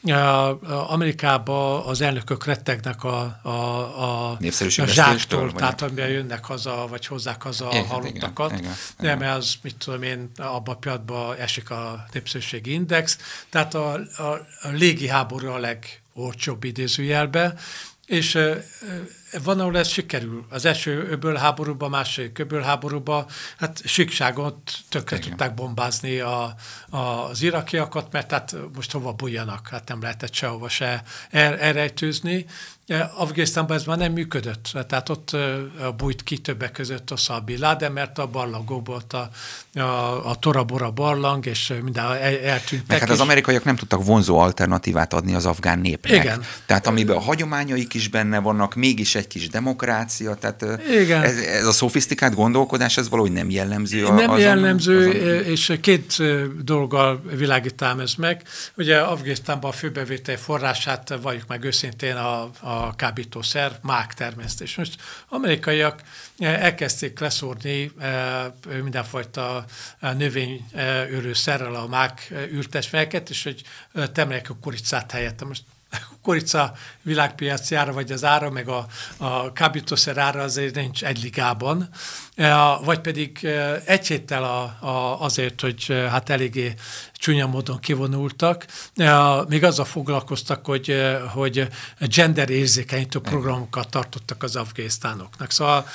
Amerikában az elnökök rettegnek a, a, a, a zsáktól, tehát amiben jönnek haza, vagy hozzák haza a halottakat, igen, igen, mert az, mit tudom én, abban a pillanatban esik a népszerűségi index, tehát a, a, a légi háború a legolcsóbb idézőjelbe, és uh, van, ahol ez sikerül. Az első öbölháborúban, második öbölháborúban, hát síkságot tökre Igen. tudták bombázni a, a, az irakiakat, mert hát most hova bújjanak, hát nem lehetett sehova se el, elrejtőzni. Afganisztánban ez már nem működött, tehát ott uh, bújt ki többek között Osama Bin Laden, mert a barlangokból volt a, a, a Tora Bora barlang, és minden el, eltűntek. Meg hát az amerikaiak nem tudtak vonzó alternatívát adni az afgán népnek. Igen. Tehát amiben a hagyományaik is benne vannak, mégis egy kis demokrácia, tehát Igen. Ez, ez a szofisztikált gondolkodás, ez valahogy nem jellemző. A, nem azon, jellemző, azon... és két dologgal világítám ez meg. Ugye Afganisztánban a főbevétel forrását, valljuk meg őszintén, a, a kábítószer, mák termesztés. Most amerikaiak elkezdték leszórni mindenfajta növényőrőszerrel a mák ültetvényeket, és hogy termeljek a kuricát helyette. Most kukorica világpiaci ára, vagy az ára, meg a, a kábítószer ára azért nincs egy ligában, vagy pedig egy héttel a, a, azért, hogy hát eléggé csúnya módon kivonultak, még azzal foglalkoztak, hogy, hogy gender érzékenyítő programokat tartottak az afganisztánoknak. Szóval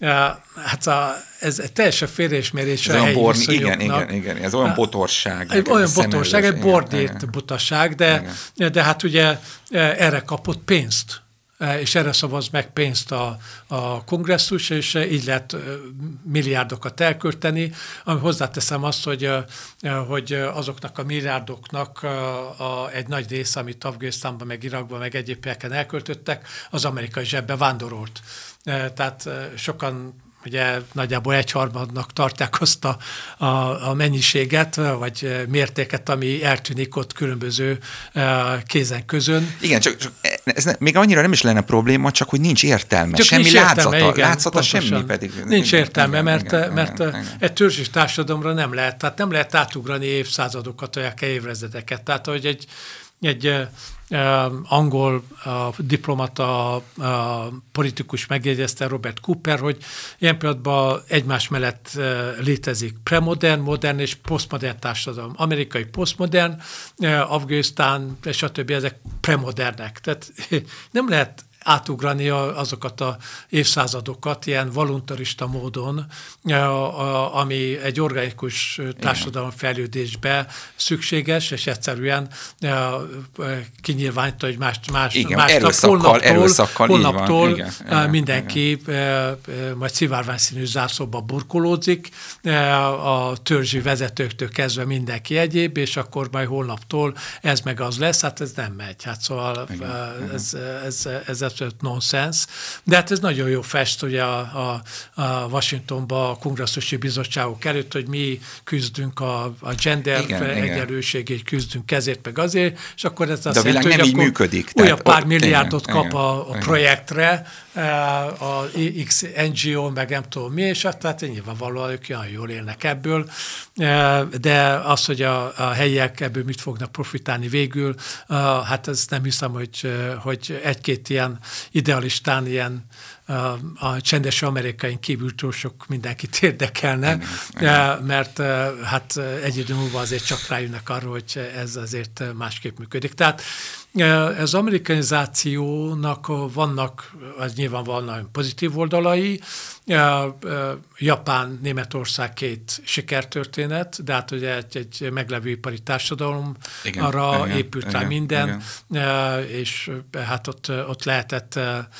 hát a, ez egy teljesen félreismerés a helyi born, igen, igen, igen, ez olyan botorság. Egy olyan botorság, egy bordét butaság, de, de hát ugye erre kapott pénzt, és erre szavaz meg pénzt a, a kongresszus, és így lehet milliárdokat elkölteni, ami hozzáteszem azt, hogy, hogy azoknak a milliárdoknak a, egy nagy része, amit Afganisztánban, meg Irakban, meg egyéb helyeken elköltöttek, az amerikai zsebbe vándorolt. Tehát sokan ugye nagyjából egyharmadnak tartják azt a, a, a mennyiséget, vagy mértéket, ami eltűnik ott különböző kézen közön. Igen, csak, csak ez ne, még annyira nem is lenne probléma, csak hogy nincs értelme, csak semmi nincs értelme, látszata, igen, látszata semmi pedig. Nincs igen, értelme, igen, mert, igen, mert igen, igen. egy törzsi társadalomra nem lehet, tehát nem lehet átugrani évszázadokat, vagy akár évrezdeket. Tehát, hogy egy, egy uh, angol uh, diplomata uh, politikus megjegyezte, Robert Cooper, hogy ilyen pillanatban egymás mellett uh, létezik premodern, modern és posztmodern társadalom. Amerikai posztmodern, uh, Afganisztán, és a többi, ezek premodernek. Tehát nem lehet átugrani azokat az évszázadokat ilyen voluntarista módon, ami egy organikus társadalom fejlődésbe szükséges, és egyszerűen kinyilvánítja, hogy más, más, igen, más erőszakkal, nap, holnaptól, erőszakkal, holnaptól igen, igen, mindenki igen. majd szivárványszínű zászlóba burkolódzik, a törzsi vezetőktől kezdve mindenki egyéb, és akkor majd holnaptól ez meg az lesz, hát ez nem megy. Hát szóval igen, ez, ez, ez, ez nonsens, de hát ez nagyon jó fest ugye a, a, a Washingtonban a kongresszusi bizottságok előtt, hogy mi küzdünk a, a gender igen, egyenlőségét, küzdünk ezért meg azért, és akkor ez azt jelenti, hogy akkor működik. Újabb pár milliárdot igen, kap igen, a, a projektre, a X en gé o, meg nem tudom mi, és tehát nyilvánvalóan ők olyan jól élnek ebből, de az, hogy a, a helyiek ebből mit fognak profitálni végül, hát ez nem hiszem, hogy, hogy egy-két ilyen idealistán, ilyen a csendes amerikai kívül túl sok mindenkit érdekelne, igen, igen. mert hát egy idő múlva azért csak rájönnek arra, hogy ez azért másképp működik. Tehát az amerikanizációnak vannak, az nyilván vannak pozitív oldalai, Japán, Németország két sikertörténet, de hát ugye egy, egy meglevő ipari társadalom, igen, arra igen, épült igen, rá minden, igen. és hát ott, ott lehetett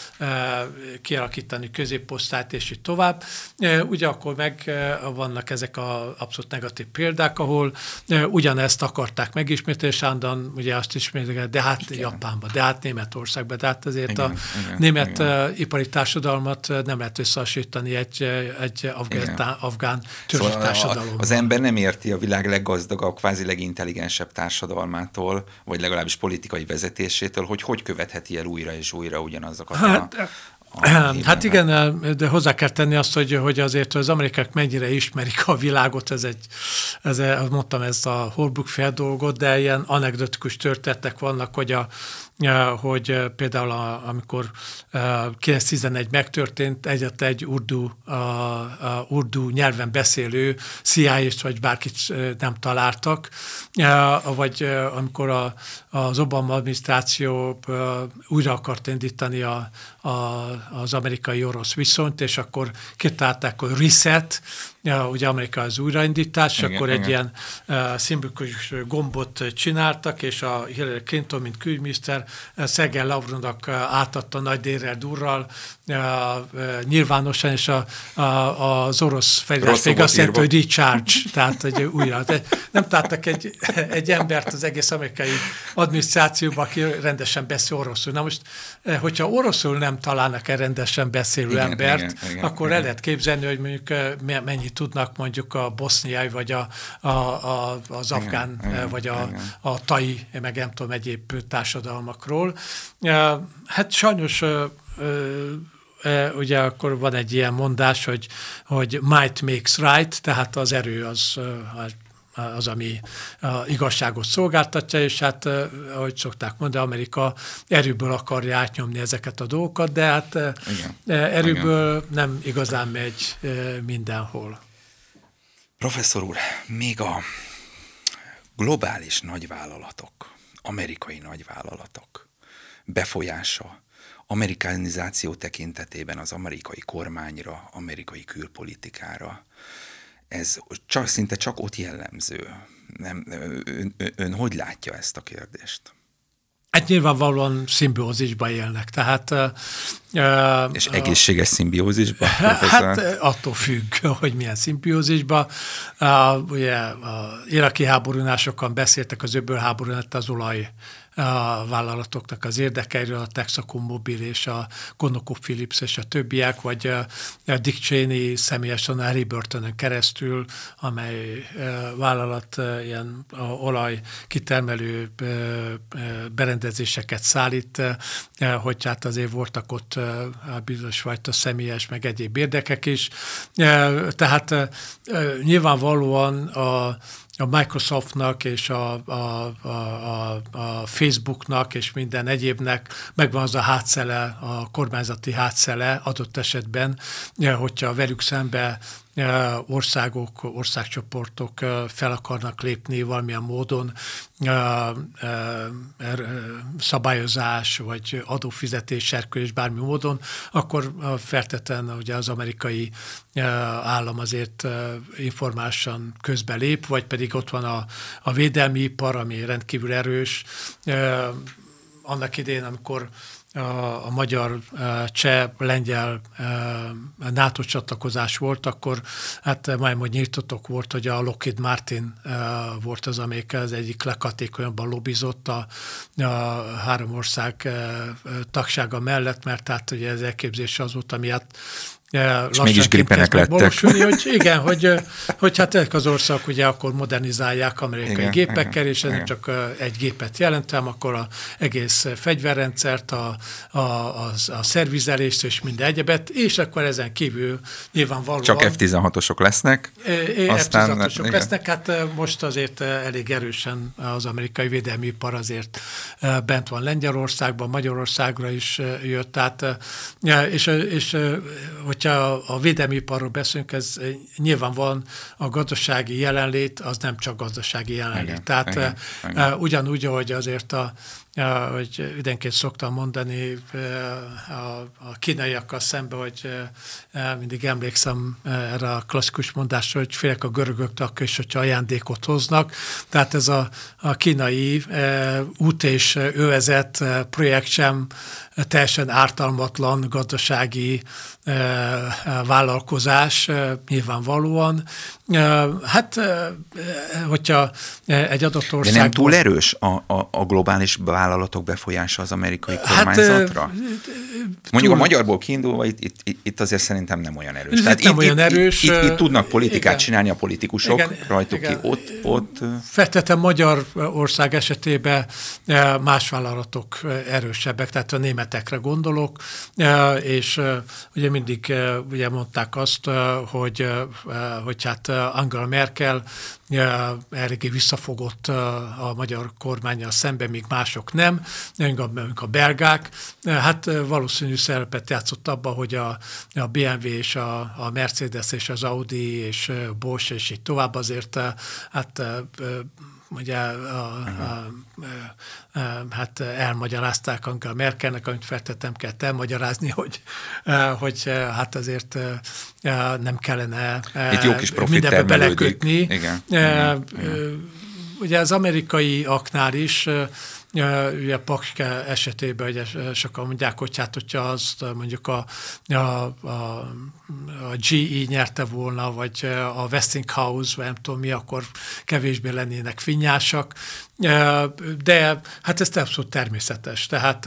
kialakítani középosztályt, és így tovább. Ugye akkor meg vannak ezek az abszolút negatív példák, ahol ugyanezt akarták megismételni, és állandóan ugye azt ismételik, de hát igen. Japánban, de hát Németországban, de hát azért igen, a igen, német igen. ipari társadalmat nem lehet összehasonlítani egy, egy afgán, afgán törzsi szóval társadalomban. Az ember nem érti a világ leggazdagabb, kvázi legintelligensebb társadalmától, vagy legalábbis politikai vezetésétől, hogy hogy követheti el újra és újra ugyanazokat hát, a... Hát igen, de hozzá kell tenni azt, hogy, hogy azért az amerikák mennyire ismerik a világot, ez egy, ez, mondtam ezt a Holbrook fél dolgot, de ilyen anekdotikus történetek vannak, hogy, a, hogy például a, amikor kilencszáztizenegy megtörtént, egyetlen egy urdu, a, a urdu nyelven beszélő C I A-t vagy bárkit nem találtak, vagy amikor a, az Obama adminisztráció újra akart indítani a, a az amerikai-orosz viszonyt, és akkor kitalálták, hogy reset, ugye Amerika az újraindítás, igen, akkor igen. egy ilyen uh, szimbolikus gombot csináltak, és a Hillary Clinton, mint külügyminiszter, Szergej Lavrovnak átadta nagy dérrel durral, uh, uh, nyilvánosan, és a, a, az orosz felírás még azt jelenti, hogy recharge, tehát egy újra. Nem találtak egy, egy embert az egész amerikai adminisztrációban, aki rendesen beszél oroszul. Na most, hogyha oroszul nem találnak el rendesen beszélő igen, embert, igen, igen, akkor igen. el lehet képzelni, hogy mondjuk mennyi tudnak mondjuk a boszniai, vagy a, a, a, az afgán, igen, igen, vagy a, a tai, meg nem tudom, egyéb társadalmakról. Hát sajnos ugye akkor van egy ilyen mondás, hogy, hogy might makes right, tehát az erő az, az, ami igazságot szolgáltatja, és hát, ahogy szokták mondani, Amerika erőből akarja átnyomni ezeket a dolgokat, de hát igen, erőből igen. nem igazán megy mindenhol. Professzor úr, még a globális nagyvállalatok, amerikai nagyvállalatok befolyása, amerikanizáció tekintetében az amerikai kormányra, amerikai külpolitikára, ez csak, szinte csak ott jellemző. Nem, ön, ön, ön hogy látja ezt a kérdést? Hát nyilvánvalóan szimbiózisban élnek, tehát... Uh, És egészséges szimbiózisban? Hát attól függ, hogy milyen szimbiózisban. Uh, ugye az iraki háborúnál sokan beszéltek, az öbölháborúnál az olaj a vállalatoknak az érdekeiről, a Texaco Mobil és a ConocoPhillips és a többiek, vagy a Dick Cheney személyesen a Halliburtonen keresztül, amely vállalat ilyen olaj kitermelő berendezéseket szállít, hogy hát azért voltak ott bizonyos fajta személyes, meg egyéb érdekek is. Tehát nyilvánvalóan a a Microsoftnak és a, a, a, a Facebooknak és minden egyébnek megvan az a hátszele, a kormányzati hátszele adott esetben, hogyha velük szembe országok, országcsoportok fel akarnak lépni valamilyen módon, szabályozás vagy adófizetés, erkölés bármi módon, akkor feltétlenül ugye az amerikai állam azért informálisan közbelép, vagy pedig ott van a, a védelmi ipar, ami rendkívül erős. Annak idején, amikor a, a magyar, cseh, lengyel NATO csatlakozás volt, akkor hát majdnem, hogy nyíltatok volt, hogy a Lockheed Martin volt az, amelyik az egyik leghatékonyabban lobbizott a, a három ország tagsága mellett, mert tehát ugye ez elképzés az volt, amiatt és mégis gripenek lettek. Hogy igen, hogy, hogy hát ezek az országok ugye akkor modernizálják amerikai igen, gépekkel, igen, és ez nem csak egy gépet jelentem, akkor az egész fegyverrendszert, a, a, a, a szervizelést és minden egyebet, és akkor ezen kívül nyilvánvalóan... Csak ef tizenhatosok lesznek. ef tizenhatosok lesznek, hát most azért elég erősen az amerikai védelmi ipar azért bent van Lengyelországban, Magyarországra is jött, tehát és, és hogy ha a védelmi iparról beszélünk, ez nyilvánvalóan a gazdasági jelenlét, az nem csak gazdasági jelenlét. Igen, Tehát igen, igen. ugyanúgy, ahogy azért a hogy időnként szoktam mondani a, a kínaiakkal szemben, hogy mindig emlékszem erre a klasszikus mondásra, hogy félek a görögöktől, és hogyha ajándékot hoznak. Tehát ez a, a kínai út és övezet projekt sem teljesen ártalmatlan gazdasági vállalkozás nyilvánvalóan. Hát, hogyha egy adott országban... De nem túl erős a, a, a globális vállalatok befolyása az amerikai kormányzatra? Hát, mondjuk túl... a magyarból kiindulva itt, itt, itt azért szerintem nem olyan erős. Tehát nem itt, olyan itt, erős. Itt, itt, itt tudnak politikát igen. csinálni a politikusok, igen, rajtuk igen. ki. Ott, ott... Feltétlenül Magyarország esetében más vállalatok erősebbek, tehát a németekre gondolok, és ugye mindig ugye mondták azt, hogy, hogy hát Angela Merkel eléggé visszafogott a magyar kormánnyal szemben, míg mások nem, a belgák. Hát valószínű szerepet játszott abban, hogy a, a bé em vé és a, a Mercedes és az Audi és Bosch és így tovább azért hát ugye a, a, a, a, hát elmagyarázták Angela Merkelnek, amit feltettem kellett elmagyarázni, hogy, hogy hát azért nem kellene itt jó kis mindenbe belekötni. Igen. Igen. Igen. Ugye az amerikaiaknál is ugye Paks esetében ugye sokan mondják, hogy hát, hogyha azt mondjuk a, a, a, a gé é nyerte volna, vagy a Westinghouse, vagy nem tudom mi, akkor kevésbé lennének finnyásak. De hát ez abszolút természetes. Tehát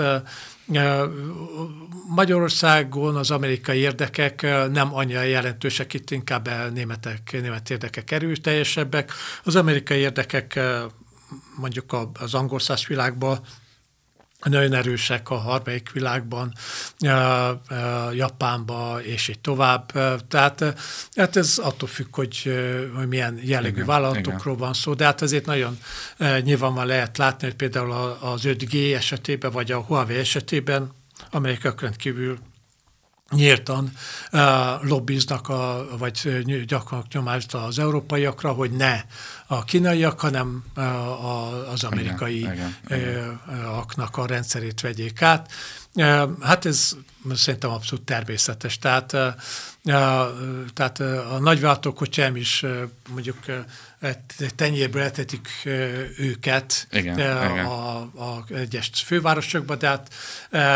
Magyarországon az amerikai érdekek nem annyira jelentősek, itt inkább németek, német érdekek erőteljesebbek. Az amerikai érdekek mondjuk az angolszász világban nagyon erősek, a harmadik világban, Japánban, és így tovább. Tehát hát ez attól függ, hogy, hogy milyen jellegű igen, vállalatokról igen. van szó, de hát azért nagyon nyilvánvalóan lehet látni, hogy például az öt gé esetében, vagy a Huawei esetében Amerikák rendkívül nyíltan uh, lobbiznak, a, vagy gyakorlatilag nyomást az európaiakra, hogy ne a kínaiak, hanem uh, a, az amerikai igen, igen, uh, aknak a rendszerét vegyék át. Uh, hát ez szerintem abszolút természetes. Tehát, uh, uh, tehát uh, a nagyvállalatok, hogyha nem is uh, mondjuk uh, tenyérből etetik őket igen, a, igen. A, a egyes fővárosokban, de hát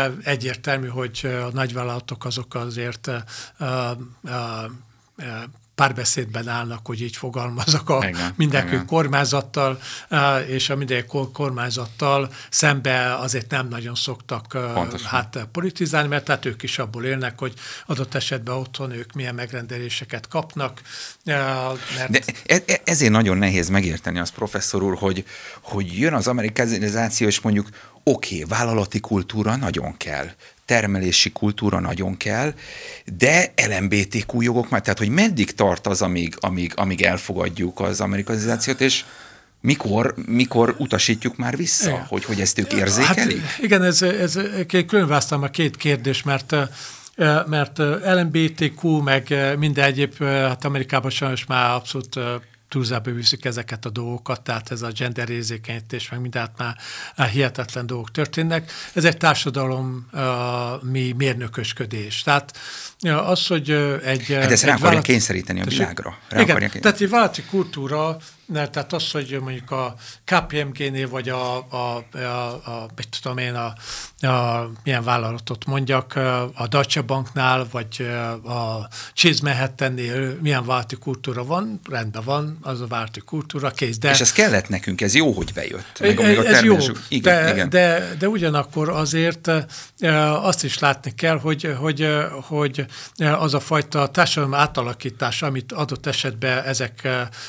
egyértelmű, hogy a nagyvállalatok azok azért párbeszédben állnak, hogy így fogalmazok a igen, mindenki igen. kormányzattal, és a mindenki kormányzattal szembe azért nem nagyon szoktak Pontosan. hát politizálni, mert tehát ők is abból élnek, hogy adott esetben otthon ők milyen megrendeléseket kapnak. Mert... De e- ezért nagyon nehéz megérteni azt, professzor úr, hogy, hogy jön az amerikanizáció, és mondjuk oké, okay, vállalati kultúra nagyon kell, termelési kultúra nagyon kell, de el em bé té kú jogok már, tehát hogy meddig tart az, amíg, amíg, amíg elfogadjuk az amerikanizációt, és mikor, mikor utasítjuk már vissza, igen. hogy, hogy ezt ők érzékelik? Hát igen, ez, ez különválasztom a két kérdés, mert mert el em bé té kú, meg minden egyéb, hát Amerikában sajnos már abszolút túlzába viszik ezeket a dolgokat, tehát ez a gender érzékenyítés, meg mindent már hihetetlen dolgok történnek. Ez egy társadalom uh, mi mérnökösködés. Tehát uh, az, hogy uh, egy... Hát ezt rá akarják vállalat... kényszeríteni a világra. Rá igen, akarják... tehát egy vállalati kultúra, tehát az, hogy mondjuk a ká pé em gé-nél, vagy a, a, a, a mit tudom én, a, a, milyen vállalatot mondjak, a Deutsche Banknál, vagy a Chase Manhattannél milyen vállalati kultúra van, rendben van, az a vállalati kultúra, kész. De, és ez kellett nekünk, ez jó, hogy bejött. Meg még a ez jó, igen, de, igen. De, de ugyanakkor azért azt is látni kell, hogy, hogy, hogy az a fajta társadalmi átalakítás, amit adott esetben ezek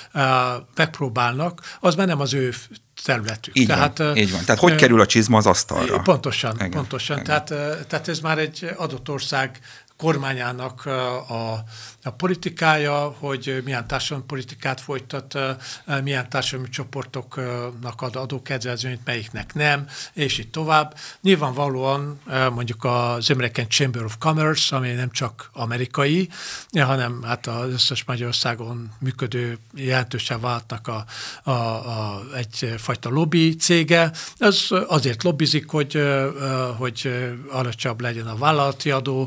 megpróbálnak, az már nem az ő területük. Így tehát, van, így van. Tehát hogy kerül a csizma az asztalra? Pontosan, igen, pontosan. Igen. Tehát, tehát ez már egy adott ország kormányának a, a politikája, hogy milyen társadalmi politikát folytat, milyen társadalmi csoportoknak ad adókedvezményt, melyiknek nem, és így tovább. Nyilvánvalóan mondjuk az American Chamber of Commerce, ami nem csak amerikai, hanem hát az összes Magyarországon működő jelentősen váltnak a, a, a, egyfajta lobby cége, az azért lobbizik, hogy, hogy alacsonyabb legyen a vállalati adó,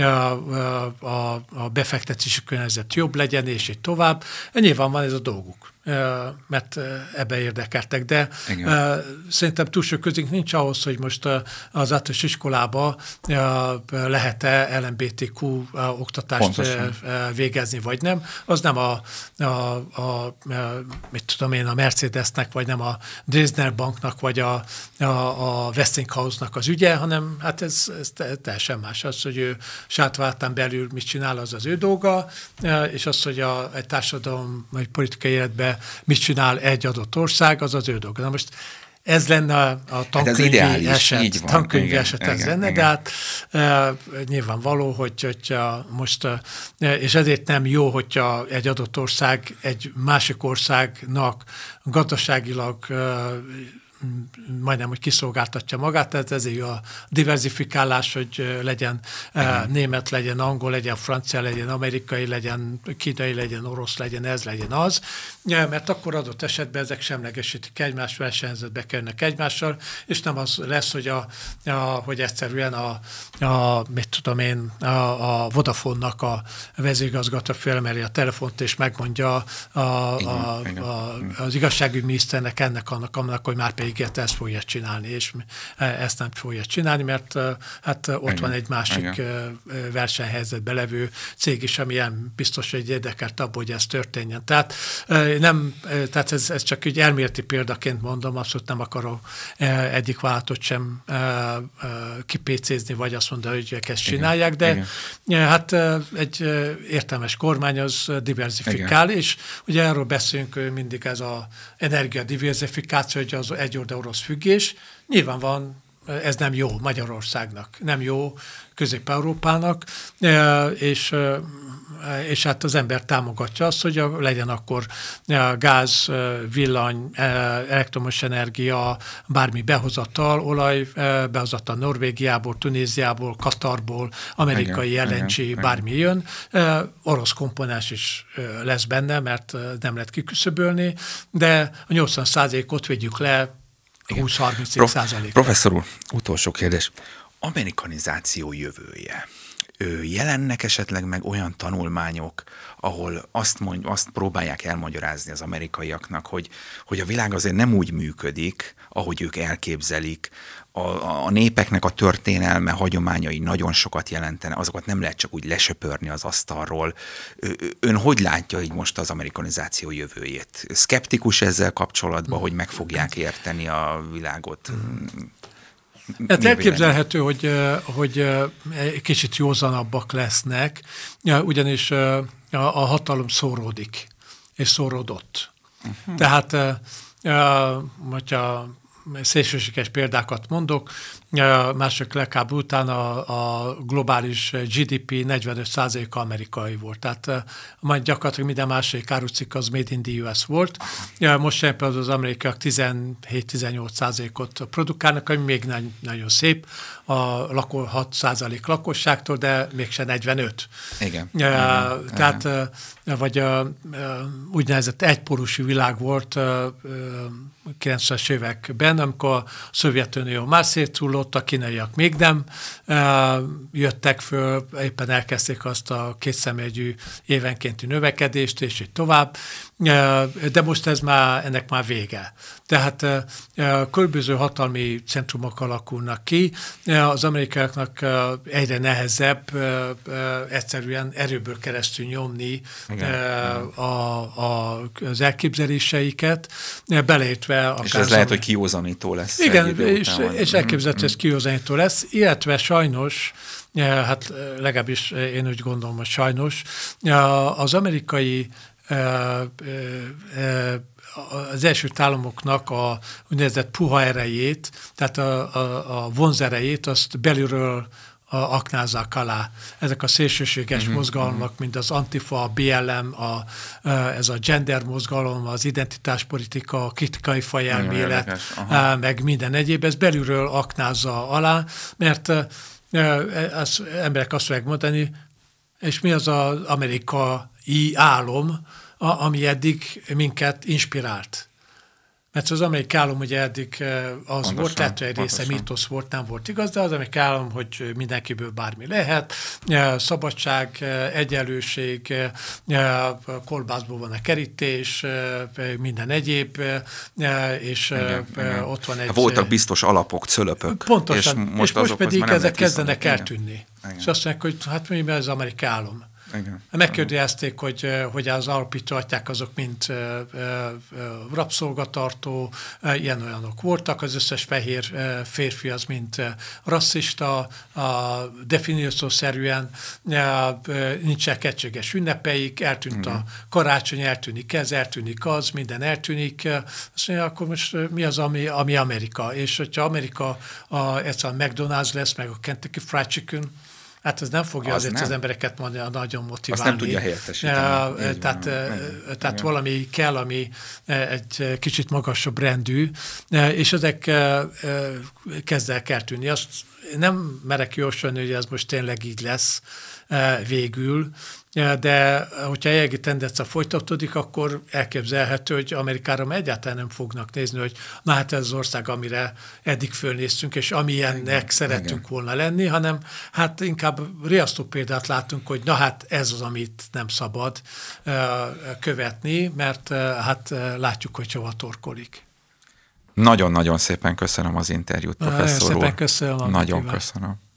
A, a, a befektetési környezet jobb legyen, és így tovább. Nyilván van ez a dolguk, mert ebbe érdekeltek, de igen. Szerintem túl sok közünk nincs ahhoz, hogy most az általános iskolába lehet-e el em bé té kú oktatást Pontosan. végezni, vagy nem. Az nem a, a, a, mit tudom én, a Mercedesnek, vagy nem a Dresdner Banknak, vagy a, a, a Westinghouse-nak az ügye, hanem hát ez, ez teljesen más. Az, hogy ő sátváltán belül mit csinál, az az ő dolga, és az, hogy a, egy társadalom, vagy politikai életben mit csinál egy adott ország, az az ő dolga. Na most ez lenne a, a tankönyvi hát eset, van, tankönyvi igen, eset ez igen, lenne, igen. de hát e, nyilvánvaló, hogy, hogyha most, e, és ezért nem jó, hogyha egy adott ország egy másik országnak gazdaságilag e, majdnem, hogy kiszolgáltatja magát, tehát ezért a diverzifikálás, hogy legyen uh, német, legyen angol, legyen francia, legyen amerikai, legyen kínai, legyen orosz, legyen ez, legyen az, mert akkor adott esetben ezek semlegesítik egymást, versenyzetbe kerülnek egymással, és nem az lesz, hogy, a, a, hogy egyszerűen a, a, mit tudom én, a, a Vodafone-nak a vezérigazgató felemeli a telefont, és megmondja a, a, a, az igazságügyminiszternek ennek, annak, annak, hogy már pedig ezt fogja csinálni, és ezt nem fogja csinálni, mert hát ott igen, van egy másik igen. versenyhelyzetben levő cég is, ami ilyen biztos, hogy érdekelt abból, hogy ez történjen. Tehát, nem, tehát ez, ez csak egy elméleti példaként mondom, abszolút nem akarok egyik vállalatot sem kipécézni, vagy azt mondani, hogy ők ezt csinálják, de igen. hát egy értelmes kormány az diversifikál, igen. és ugye erről beszélünk mindig, ez az energiadiversifikáció, hogy az egy oldal orosz függés. Nyilván van, ez nem jó Magyarországnak, nem jó Közép-Európának, és, és hát az ember támogatja azt, hogy legyen akkor gáz, villany, elektromos energia, bármi behozatal, olaj behozatal Norvégiából, Tunéziából, Katarból, amerikai el en gé, bármi jön. Orosz komponens is lesz benne, mert nem lehet kiküszöbölni, de a nyolcvan százalékot vegyük le húsz-harminc Pro, százalék. Professzor úr, utolsó kérdés. Amerikanizáció jövője. Jelennek esetleg meg olyan tanulmányok, ahol azt, mond, azt próbálják elmagyarázni az amerikaiaknak, hogy, hogy a világ azért nem úgy működik, ahogy ők elképzelik, a, a népeknek a történelme, hagyományai nagyon sokat jelentene, azokat nem lehet csak úgy lesöpörni az asztalról. Ön hogy látja így most az amerikanizáció jövőjét? Szkeptikus ezzel kapcsolatban, hogy meg fogják érteni a világot? Hát elképzelhető, hogy, hogy kicsit józanabbak lesznek, ugyanis a hatalom szóródik, és szóródott. Uh-huh. Tehát, hogyha szélsőséges példákat mondok, mások legkább után a, a globális gé dé pé negyvenöt százaléka amerikai volt. Tehát majd gyakorlatilag minden második árucikk az Made in the u es volt. Most sem például az amerikaiak tizenhét-tizennyolc százalékot produkálnak, ami még nagyon szép, a lakó, hat százalék lakosságtól, de mégse negyvenöt. Igen. Ja, igen. Tehát, igen. Vagy a, úgynevezett egypólusú világ volt kilencvenes években, amikor a Szovjetunió már széthullott, a kínaiak még nem jöttek föl, éppen elkezdték azt a kétszemélyegyű évenkénti növekedést, és így tovább. De most ez már, ennek már vége. Tehát különböző hatalmi centrumok alakulnak ki, az amerikaiaknak egyre nehezebb egyszerűen erőből keresztül nyomni a, a, az elképzeléseiket, beleértve akár... És ez lehet, hogy kiózanító lesz. Igen, és, és elképzelhető, hogy ez kiózanító lesz, illetve sajnos, hát legalábbis én úgy gondolom, hogy sajnos, az amerikai az Egyesült Államoknak a úgynevezett puha erejét, tehát a, a, a vonzerejét, azt belülről aknázzák alá. Ezek a szélsőséges uh-huh, mozgalmak, uh-huh. mint az Antifa, a bé el em, a, ez a gender mozgalom, az identitáspolitika, a kritikai fajelmélet, uh-huh. meg minden egyéb, ez belülről aknázza alá, mert az emberek azt fogják mondani, és mi az az amerikai álom, ami eddig minket inspirált. Mert az amerikai állam ugye eddig az pontosan, volt, tehát egy része mítosz volt, nem volt igaz, de az amerikai állam, hogy mindenkiből bármi lehet, szabadság, egyenlőség, kolbászból van a kerítés, minden egyéb, és igen, igen. ott van egy... Voltak biztos alapok, cölöpök. Pontosan, és most, és most pedig ezek kezdenek eltűnni. Igen. És azt mondják, hogy hát mi az amerikai állam. Megkérdezték, hogy, hogy az alapító atyák azok mind rabszolgatartó, ilyen-olyanok voltak, az összes fehér férfi az mind rasszista, a definíciószerűen nincsenek egységes ünnepeik, eltűnt a karácsony, eltűnik ez, eltűnik az, minden eltűnik. Azt mondja, akkor most mi az, ami, ami Amerika? És hogyha Amerika a, egyszerűen McDonald's lesz, meg a Kentucky Fried Chicken, hát ez nem fogja az azért nem. az embereket mondani, nagyon motiválni. Azt nem tudja helyettesíteni. Uh, tehát uh, tehát valami kell, ami uh, egy kicsit magasabb rendű, uh, és ezek uh, uh, kezd el eltűnni. Azt nem merek jósolni, hogy ez most tényleg így lesz uh, végül, de hogyha jelenlegi tendencia folytatódik, akkor elképzelhető, hogy Amerikára egyáltalán nem fognak nézni, hogy na hát ez az ország, amire eddig fölnéztünk, és amilyennek szerettünk volna lenni, hanem hát inkább riasztó példát látunk, hogy na hát ez az, amit nem szabad követni, mert hát látjuk, hogy hova torkolik. Nagyon-nagyon szépen köszönöm az interjút, professzor úr. Szépen köszönöm. Nagyon köszönöm.